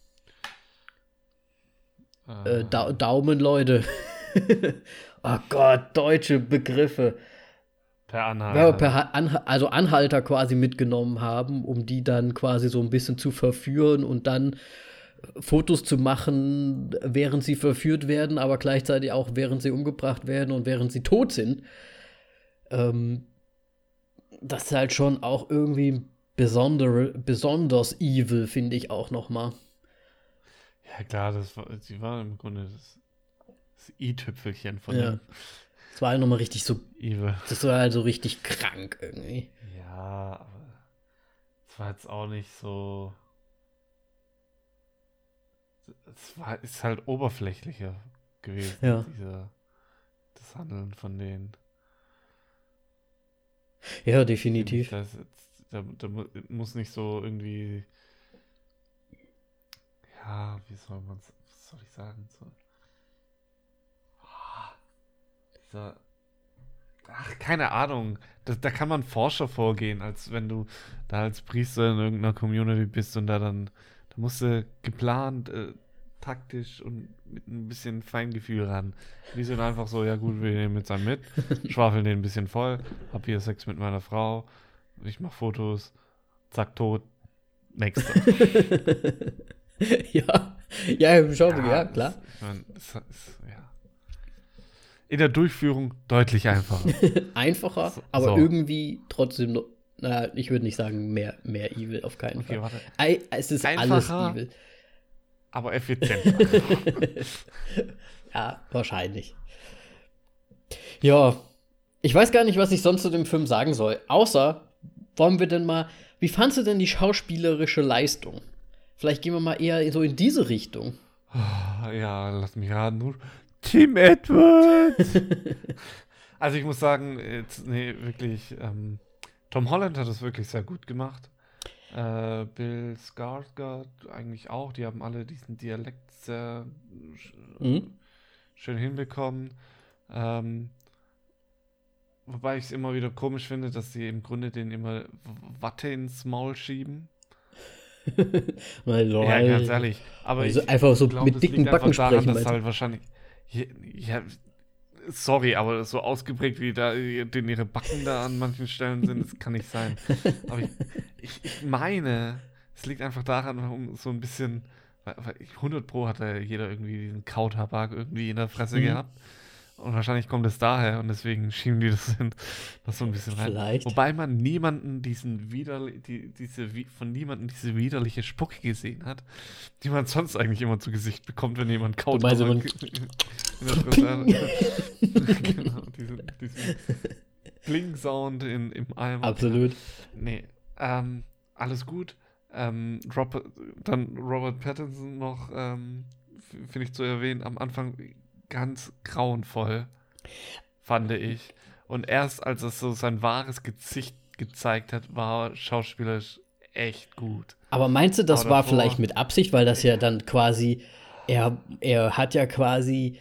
Äh, da Äh, Daumenleute. Oh Gott, deutsche Begriffe. per Ja, Anhalter. per Ha- Anha- also Anhalter quasi mitgenommen haben, um die dann quasi so ein bisschen zu verführen und dann Fotos zu machen, während sie verführt werden, aber gleichzeitig auch während sie umgebracht werden und während sie tot sind. Ähm, das ist halt schon auch irgendwie besondere, besonders evil, finde ich auch noch mal. Ja, klar, das war, sie war im Grunde das, das i-Tüpfelchen von Ja. dem Das war halt noch mal richtig so, Evil. das war halt so richtig krank irgendwie. Ja, aber es war jetzt auch nicht so. Es war, ist halt oberflächlicher gewesen, Ja. dieser, das Handeln von denen. Ja, Finde ich, definitiv. das jetzt, da, da mu- muss nicht so irgendwie, ja, wie soll man es, was soll ich sagen? So, ah, dieser Ach, keine Ahnung. Da, da kann man forscher vorgehen, als wenn du da als Priester in irgendeiner Community bist und da dann, da musst du geplant, äh, taktisch und mit ein bisschen Feingefühl ran. Die sind einfach so, ja gut, wir nehmen jetzt einen mit, schwafeln den ein bisschen voll, hab hier Sex mit meiner Frau, ich mach Fotos, zack, tot, nächster. Ja, ja, schau, ja, ja, klar. Das, ich mein, das ist, ja. In der Durchführung deutlich einfacher. Einfacher, So, aber so. irgendwie trotzdem, noch- na, ich würde nicht sagen mehr, mehr evil, auf keinen Okay, Fall. warte. Ei, es ist Einfacher. alles evil. Aber effizienter. Ja, wahrscheinlich. Ja, ich weiß gar nicht, was ich sonst zu dem Film sagen soll. Außer, wollen wir denn mal, wie fandst du denn die schauspielerische Leistung? Vielleicht gehen wir mal eher so in diese Richtung. Ja, lass mich raten. Nur Tim Edwards. Also ich muss sagen, jetzt, nee, wirklich, ähm, Tom Holland hat es wirklich sehr gut gemacht. Äh, Bill Skarsgård eigentlich auch. Die haben alle diesen Dialekt sehr sch- Mhm. schön hinbekommen. Ähm, wobei ich es immer wieder komisch finde, dass sie im Grunde den immer W- Watte ins Maul schieben. Weil, so, Ja, ganz weil- ehrlich. Aber also ich einfach so glaub, mit das dicken liegt einfach Backen daran, sprechen. dass meinst du? halt wahrscheinlich. Ja, ja, sorry, aber so ausgeprägt wie da denn ihre Backen da an manchen Stellen sind, das kann nicht sein. Aber ich, ich, ich meine, es liegt einfach daran, um so ein bisschen. weil- weil ich- hundert Pro hat ja jeder irgendwie diesen Kautabak irgendwie in der Fresse Mhm. gehabt. Und wahrscheinlich kommt es daher und deswegen schieben die das, in, das so ein bisschen rein. Vielleicht. Wobei man niemanden diesen widerli die, diese, wie- von niemandem diese widerliche Spucke gesehen hat, die man sonst eigentlich immer zu Gesicht bekommt, wenn jemand kaut. meinst, wenn aber man- in der Fresse- genau, diesen, diesen Bling-Sound in, im Eimer. Absolut. Nee, ähm, alles gut. Ähm, Robert, dann Robert Pattinson noch, ähm, f- finde ich zu erwähnen, am Anfang ganz grauenvoll, fand ich. Und erst als es so sein wahres Gesicht gezeigt hat, war er schauspielerisch echt gut. Aber meinst du, das Aber war davor- vielleicht mit Absicht, weil das ja dann quasi, er, er hat ja quasi,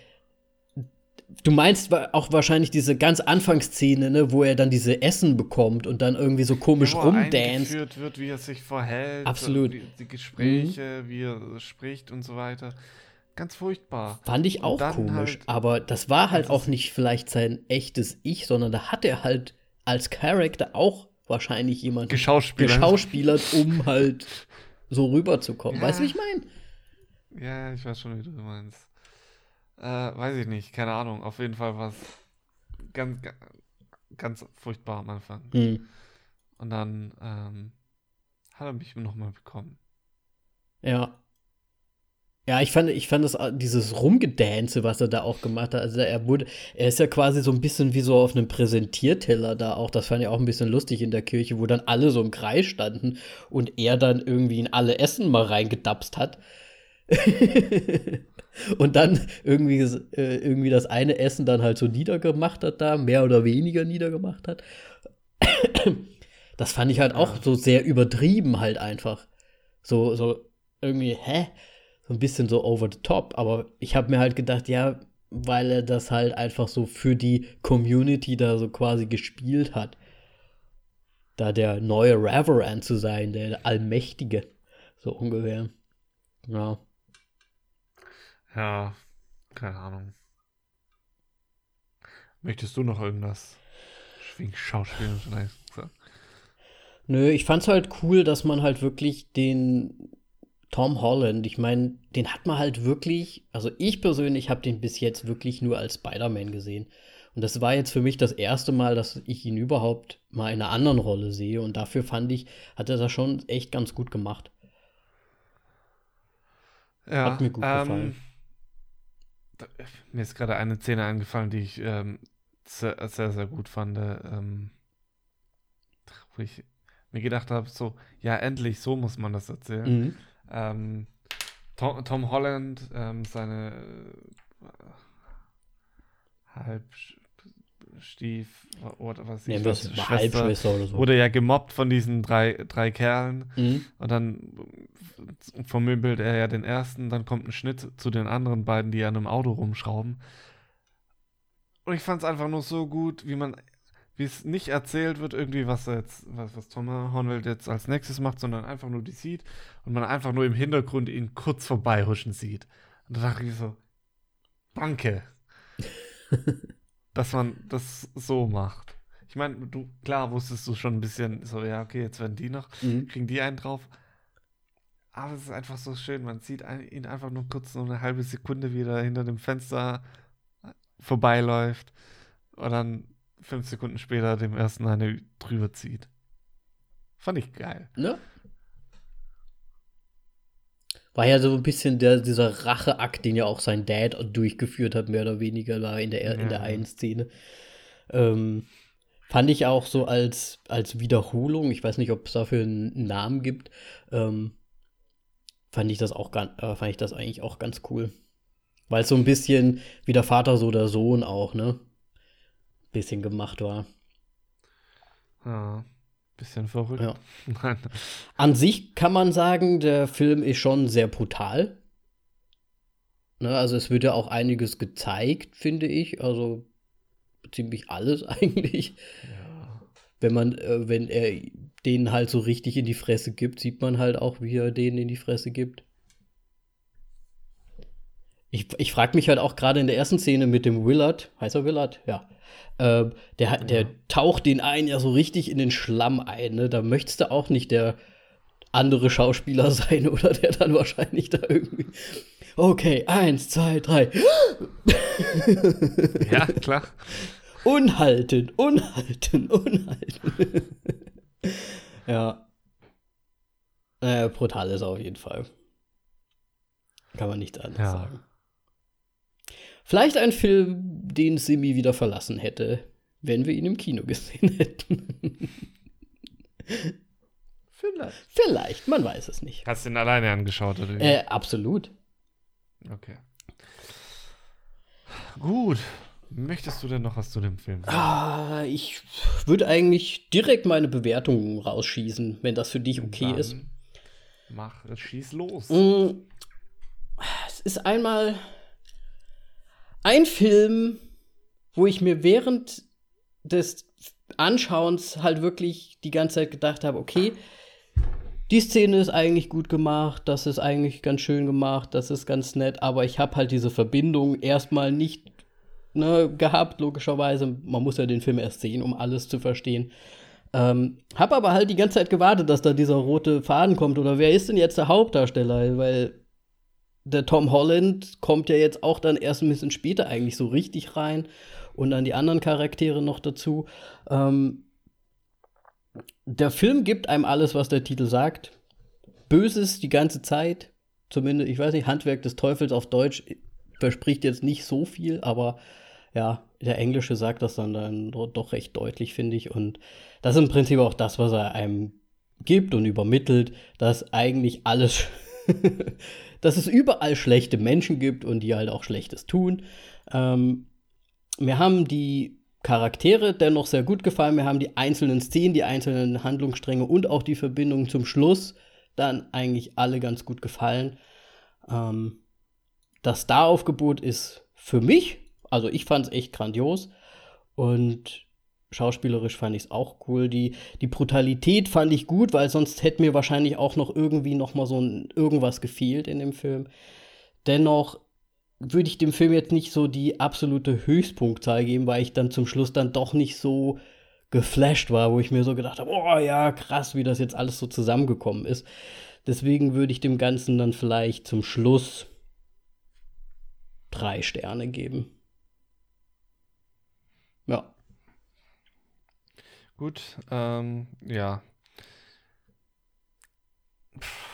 du meinst wa- auch wahrscheinlich diese ganz Anfangsszene, ne, wo er dann diese Essen bekommt und dann irgendwie so komisch Wo er rumdanzt. eingeführt wird, wie er sich verhält, Absolut. Wie, die Gespräche, wie er spricht und so weiter. Ganz furchtbar. Fand ich Und auch dann komisch, halt- aber das war halt das auch ist- nicht vielleicht sein echtes Ich, sondern da hat er halt als Charakter auch wahrscheinlich jemanden Geschauspielert. geschauspielert, um halt so rüberzukommen. Ja. Weißt du, wie ich meine? Ja, ich weiß schon, wie du meinst. Äh, weiß ich nicht, keine Ahnung. Auf jeden Fall war es ganz, ga- ganz furchtbar am Anfang. Hm. Und dann ähm, hat er mich nochmal bekommen. Ja. Ja, ich fand, ich fand das, äh, dieses Rumgedance, was er da auch gemacht hat, also er wurde, er ist ja quasi so ein bisschen wie so auf einem Präsentierteller da auch, das fand ich auch ein bisschen lustig in der Kirche, wo dann alle so im Kreis standen und er dann irgendwie in alle Essen mal reingedapst hat. Und dann irgendwie, äh, irgendwie das eine Essen dann halt so niedergemacht hat da, mehr oder weniger niedergemacht hat. Das fand ich halt auch Ja. so sehr übertrieben halt einfach. So, so irgendwie, hä? So ein bisschen so over the top. Aber ich habe mir halt gedacht, ja, weil er das halt einfach so für die Community da so quasi gespielt hat. Da der neue Reverend zu sein, der Allmächtige. So ungefähr. Ja. Ja, keine Ahnung. Möchtest du noch irgendwas wegen Schauspielern sagen? Nö, ich fand's halt cool, dass man halt wirklich den Tom Holland, ich meine, den hat man halt wirklich, also ich persönlich habe den bis jetzt wirklich nur als Spider-Man gesehen. Und das war jetzt für mich das erste Mal, dass ich ihn überhaupt mal in einer anderen Rolle sehe. Und dafür fand ich, hat er das schon echt ganz gut gemacht. Ja, Hat mir gut ähm, gefallen. da- Mir ist gerade eine Szene eingefallen, die ich ähm, sehr, sehr, sehr gut fand. Ähm, wo ich mir gedacht habe, so, ja, endlich, so muss man das erzählen. Mhm. Ähm, Tom, Tom Holland, ähm, seine äh, Halbstief oder was Nehmen ich wir weiß, es mal Halbschwester oder so. wurde ja gemobbt von diesen drei, drei Kerlen Mhm. und dann vermöbelt er ja den ersten, dann kommt ein Schnitt zu den anderen beiden, die an einem Auto rumschrauben. Und ich fand es einfach nur so gut, wie man wie es nicht erzählt wird, irgendwie, was er jetzt, was, was Tom Holland jetzt als nächstes macht, sondern einfach nur die sieht und man einfach nur im Hintergrund ihn kurz vorbeihuschen sieht. Und da dachte ich so, danke, dass man das so macht. Ich meine, du, klar wusstest du schon ein bisschen so, ja, okay, jetzt werden die noch, Mhm. kriegen die einen drauf. Aber es ist einfach so schön, man sieht ein, ihn einfach nur kurz so eine halbe Sekunde, wie er hinter dem Fenster vorbeiläuft und dann fünf Sekunden später dem ersten eine drüber zieht. Fand ich geil. Ne? War ja so ein bisschen der, dieser Racheakt, den ja auch sein Dad durchgeführt hat, mehr oder weniger, war in der, in der Ja. einen Szene. Ähm, fand ich auch so als, als Wiederholung, ich weiß nicht, ob es dafür einen Namen gibt, ähm, fand ich das auch ganz, äh, fand ich das eigentlich auch ganz cool. Weil es so ein bisschen wie der Vater, so der Sohn auch, ne? Bisschen gemacht war. Ja, bisschen verrückt. Ja. Nein. An sich kann man sagen, der Film ist schon sehr brutal. Ne, also es wird ja auch einiges gezeigt, finde ich. Also ziemlich alles eigentlich. Ja. Wenn man, äh, wenn er denen halt so richtig in die Fresse gibt, sieht man halt auch, wie er denen in die Fresse gibt. Ich, ich frage mich halt auch gerade in der ersten Szene mit dem Willard, heißt er Willard? Ja. Äh, der, der Ja. taucht den einen ja so richtig in den Schlamm ein. Ne? Da möchtest du auch nicht der andere Schauspieler sein, oder der dann wahrscheinlich da irgendwie. Okay, eins, zwei, drei. Ja, klar. Unhalten, unhalten, unhalten. Ja. Äh, brutal ist er auf jeden Fall. Kann man nichts anderes Ja. sagen. Vielleicht ein Film, den Simi wieder verlassen hätte, wenn wir ihn im Kino gesehen hätten. Vielleicht. Vielleicht, man weiß es nicht. Hast du ihn alleine angeschaut, oder wie? Äh, absolut. Okay. Gut. Möchtest du denn noch was zu dem Film sagen? Ah, ich würde eigentlich direkt meine Bewertung rausschießen, wenn das für dich okay Dann ist. Mach, schieß los. Mm, Es ist einmal ein Film, wo ich mir während des Anschauens halt wirklich die ganze Zeit gedacht habe, okay, die Szene ist eigentlich gut gemacht, das ist eigentlich ganz schön gemacht, das ist ganz nett, aber ich habe halt diese Verbindung erstmal nicht ne, gehabt, logischerweise. Man muss ja den Film erst sehen, um alles zu verstehen. Ähm, hab aber halt die ganze Zeit gewartet, dass da dieser rote Faden kommt. Oder wer ist denn jetzt der Hauptdarsteller? Weil der Tom Holland kommt ja jetzt auch dann erst ein bisschen später eigentlich so richtig rein. Und dann die anderen Charaktere noch dazu. Ähm, der Film gibt einem alles, was der Titel sagt. Böses die ganze Zeit. Zumindest, ich weiß nicht, Handwerk des Teufels auf Deutsch verspricht jetzt nicht so viel, aber ja, der Englische sagt das dann, dann doch recht deutlich, finde ich. Und das ist im Prinzip auch das, was er einem gibt und übermittelt, dass eigentlich alles, dass es überall schlechte Menschen gibt und die halt auch Schlechtes tun. Ähm, mir haben die Charaktere dennoch sehr gut gefallen. Mir haben die einzelnen Szenen, die einzelnen Handlungsstränge und auch die Verbindung zum Schluss dann eigentlich alle ganz gut gefallen. Ähm, das Star-Aufgebot ist für mich, also ich fand es echt grandios und schauspielerisch fand ich es auch cool. Die, die Brutalität fand ich gut, weil sonst hätte mir wahrscheinlich auch noch irgendwie noch mal so ein irgendwas gefehlt in dem Film. Dennoch würde ich dem Film jetzt nicht so die absolute Höchstpunktzahl geben, weil ich dann zum Schluss dann doch nicht so geflasht war, wo ich mir so gedacht habe, oh ja, krass, wie das jetzt alles so zusammengekommen ist. Deswegen würde ich dem Ganzen dann vielleicht zum Schluss drei Sterne geben. Ja. Gut, ähm, ja. Pff.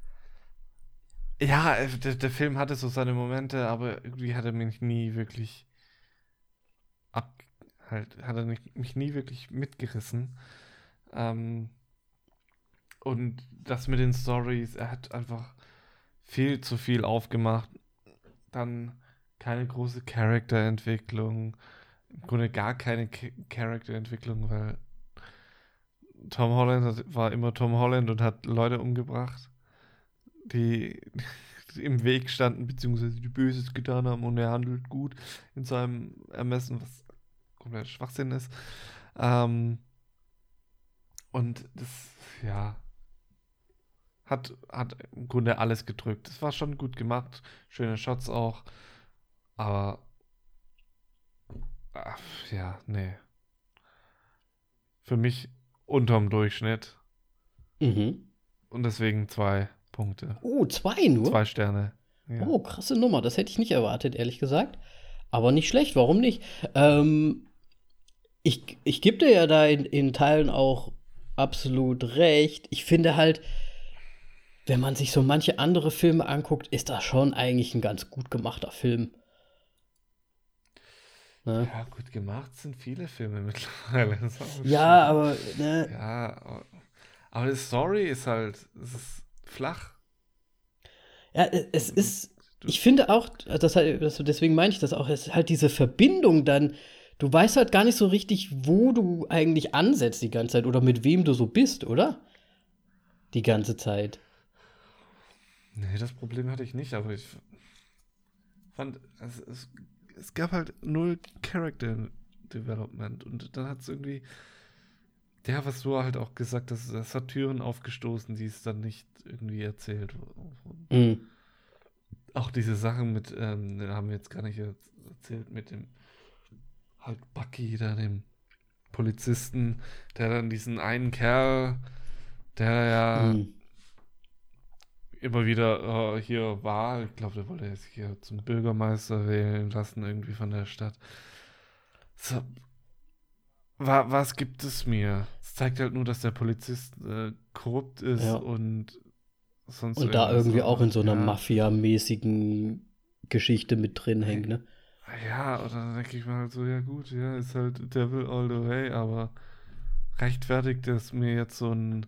Ja, äh, der, der Film hatte so seine Momente, aber irgendwie hat er mich nie wirklich ab, halt, hat er mich, mich nie wirklich mitgerissen. Ähm, und das mit den Stories, er hat einfach viel zu viel aufgemacht. Dann keine große Charakterentwicklung. Im Grunde gar keine K- Charakterentwicklung, weil Tom Holland hat, war immer Tom Holland und hat Leute umgebracht, die, die im Weg standen, beziehungsweise die Böses getan haben und er handelt gut in seinem Ermessen, was komplett Schwachsinn ist. Ähm, und das, ja, hat, hat im Grunde alles gedrückt. Es war schon gut gemacht, schöne Shots auch, aber ach, ja, nee. Für mich unterm Durchschnitt Mhm. und deswegen zwei Punkte. Oh, zwei nur? Zwei Sterne. Ja. Oh, krasse Nummer. Das hätte ich nicht erwartet, ehrlich gesagt. Aber nicht schlecht, warum nicht? Ähm, ich ich gebe dir ja da in, in Teilen auch absolut recht. Ich finde halt, wenn man sich so manche andere Filme anguckt, ist das schon eigentlich ein ganz gut gemachter Film. Ne? Ja, gut gemacht sind viele Filme mittlerweile. Das haben wir Ja, schon. aber ne, Ja, aber, aber die Story ist halt, es ist flach. ja, es Du, ist, du, ich finde auch, das halt, das, deswegen meine ich das auch, es ist halt diese Verbindung dann, du weißt halt gar nicht so richtig, wo du eigentlich ansetzt die ganze Zeit oder mit wem du so bist, oder? Die ganze Zeit. nee, das Problem hatte ich nicht, aber ich fand, es, es, es gab halt null Character Development und dann hat es irgendwie, ja, was du halt auch gesagt hast, es hat Türen aufgestoßen, die es dann nicht irgendwie erzählt. Mhm. Auch diese Sachen mit, ähm, den haben wir jetzt gar nicht erzählt, mit dem halt Bucky, da dem Polizisten, der dann diesen einen Kerl, der ja Mhm. immer wieder äh, hier war, ich glaube, der wollte jetzt hier zum Bürgermeister wählen lassen, irgendwie von der Stadt. So, wa was gibt es mir? Es zeigt halt nur, dass der Polizist äh, korrupt ist Ja. und sonst Und da irgendwas, irgendwie auch in so einer ja. Mafia-mäßigen Geschichte mit drin hängt, ne? Ja, und dann denke ich mir halt so, ja gut, ja, ist halt Devil all the way, aber rechtfertigt es mir jetzt so ein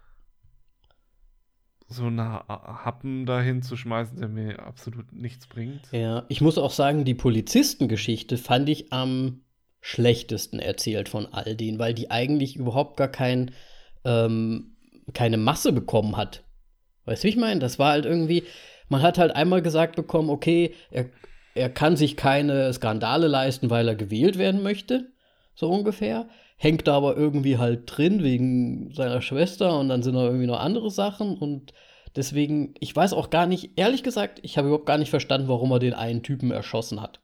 so einen Ha- Happen dahin zu schmeißen, der mir absolut nichts bringt? Ja, ich muss auch sagen, die Polizistengeschichte fand ich am schlechtesten erzählt von all denen, weil die eigentlich überhaupt gar kein, ähm, keine Masse bekommen hat. Weißt du, wie ich meine? Das war halt irgendwie, man hat halt einmal gesagt bekommen, okay, er, er kann sich keine Skandale leisten, weil er gewählt werden möchte, so ungefähr. Hängt da aber irgendwie halt drin wegen seiner Schwester und dann sind da irgendwie noch andere Sachen und deswegen, ich weiß auch gar nicht, ehrlich gesagt, ich habe überhaupt gar nicht verstanden, warum er den einen Typen erschossen hat.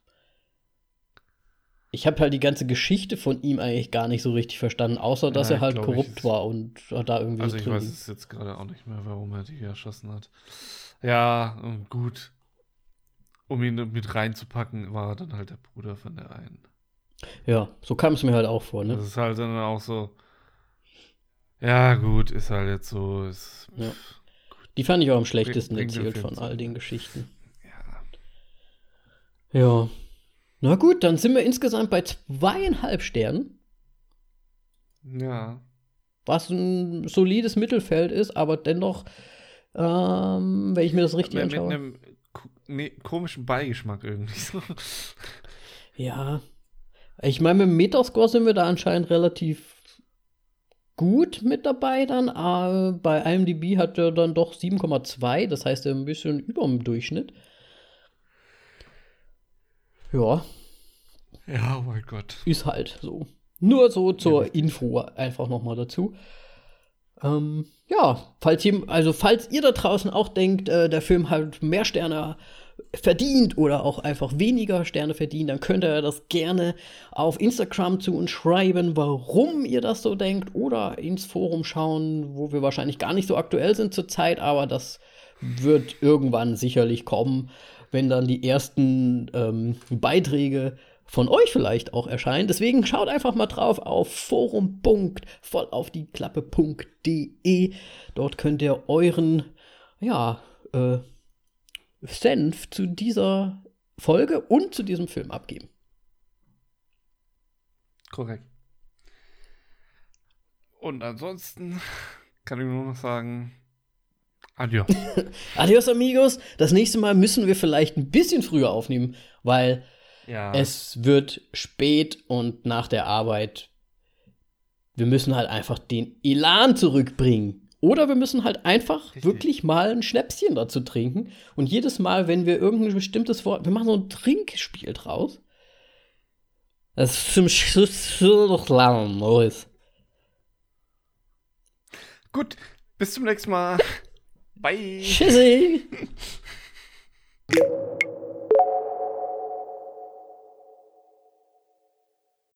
Ich habe halt die ganze Geschichte von ihm eigentlich gar nicht so richtig verstanden, außer dass Ja, er halt glaub ich, korrupt ist- war und da irgendwie Also so ich drin weiß liegt. es jetzt gerade auch nicht mehr, warum er die erschossen hat. Ja, und gut. Um ihn mit reinzupacken, war er dann halt der Bruder von der einen. Ja, so kam es mir halt auch vor, Das ne? ist halt dann auch so. Ja, gut, ist halt jetzt so. Ist, Ja. Die fand ich auch am schlechtesten bringt den erzählt Film von zu all Ende. den Geschichten. ja. Ja. Na gut, dann sind wir insgesamt bei zweieinhalb Sternen, Ja. was ein solides Mittelfeld ist, aber dennoch, ähm, wenn ich mir das richtig Mit, mit anschaue. einem ko nee, komischen Beigeschmack irgendwie so. Ja. Ich meine, mit dem Metascore sind wir da anscheinend relativ gut mit dabei dann. Aber bei IMDb hat er dann doch sieben Komma zwei, das heißt, er ist ein bisschen über dem Durchschnitt. Ja, Ja, oh mein Gott. ist halt so. Nur so zur richtig. Info einfach noch mal dazu. Ähm, ja, falls ihr, also falls ihr da draußen auch denkt, äh, der Film hat mehr Sterne verdient oder auch einfach weniger Sterne verdient, dann könnt ihr das gerne auf Instagram zu uns schreiben, warum ihr das so denkt, oder ins Forum schauen, wo wir wahrscheinlich gar nicht so aktuell sind zurzeit, aber das wird irgendwann sicherlich kommen, wenn dann die ersten ähm, Beiträge von euch vielleicht auch erscheinen. Deswegen schaut einfach mal drauf auf forum punkt vollaufdieklappe punkt de. Dort könnt ihr euren, ja, äh, Senf zu dieser Folge und zu diesem Film abgeben. Korrekt. Und ansonsten kann ich nur noch sagen, adios. Adios, amigos. Das nächste Mal müssen wir vielleicht ein bisschen früher aufnehmen, weil Ja. es wird spät und nach der Arbeit, wir müssen halt einfach den Elan zurückbringen. Oder wir müssen halt einfach Richtig. wirklich mal ein Schnäpschen dazu trinken. Und jedes Mal, wenn wir irgendein bestimmtes Wort, wir machen so ein Trinkspiel draus. Das ist zum Schluss noch lang, Morris. Gut, bis zum nächsten Mal. Bye. Tschüssi.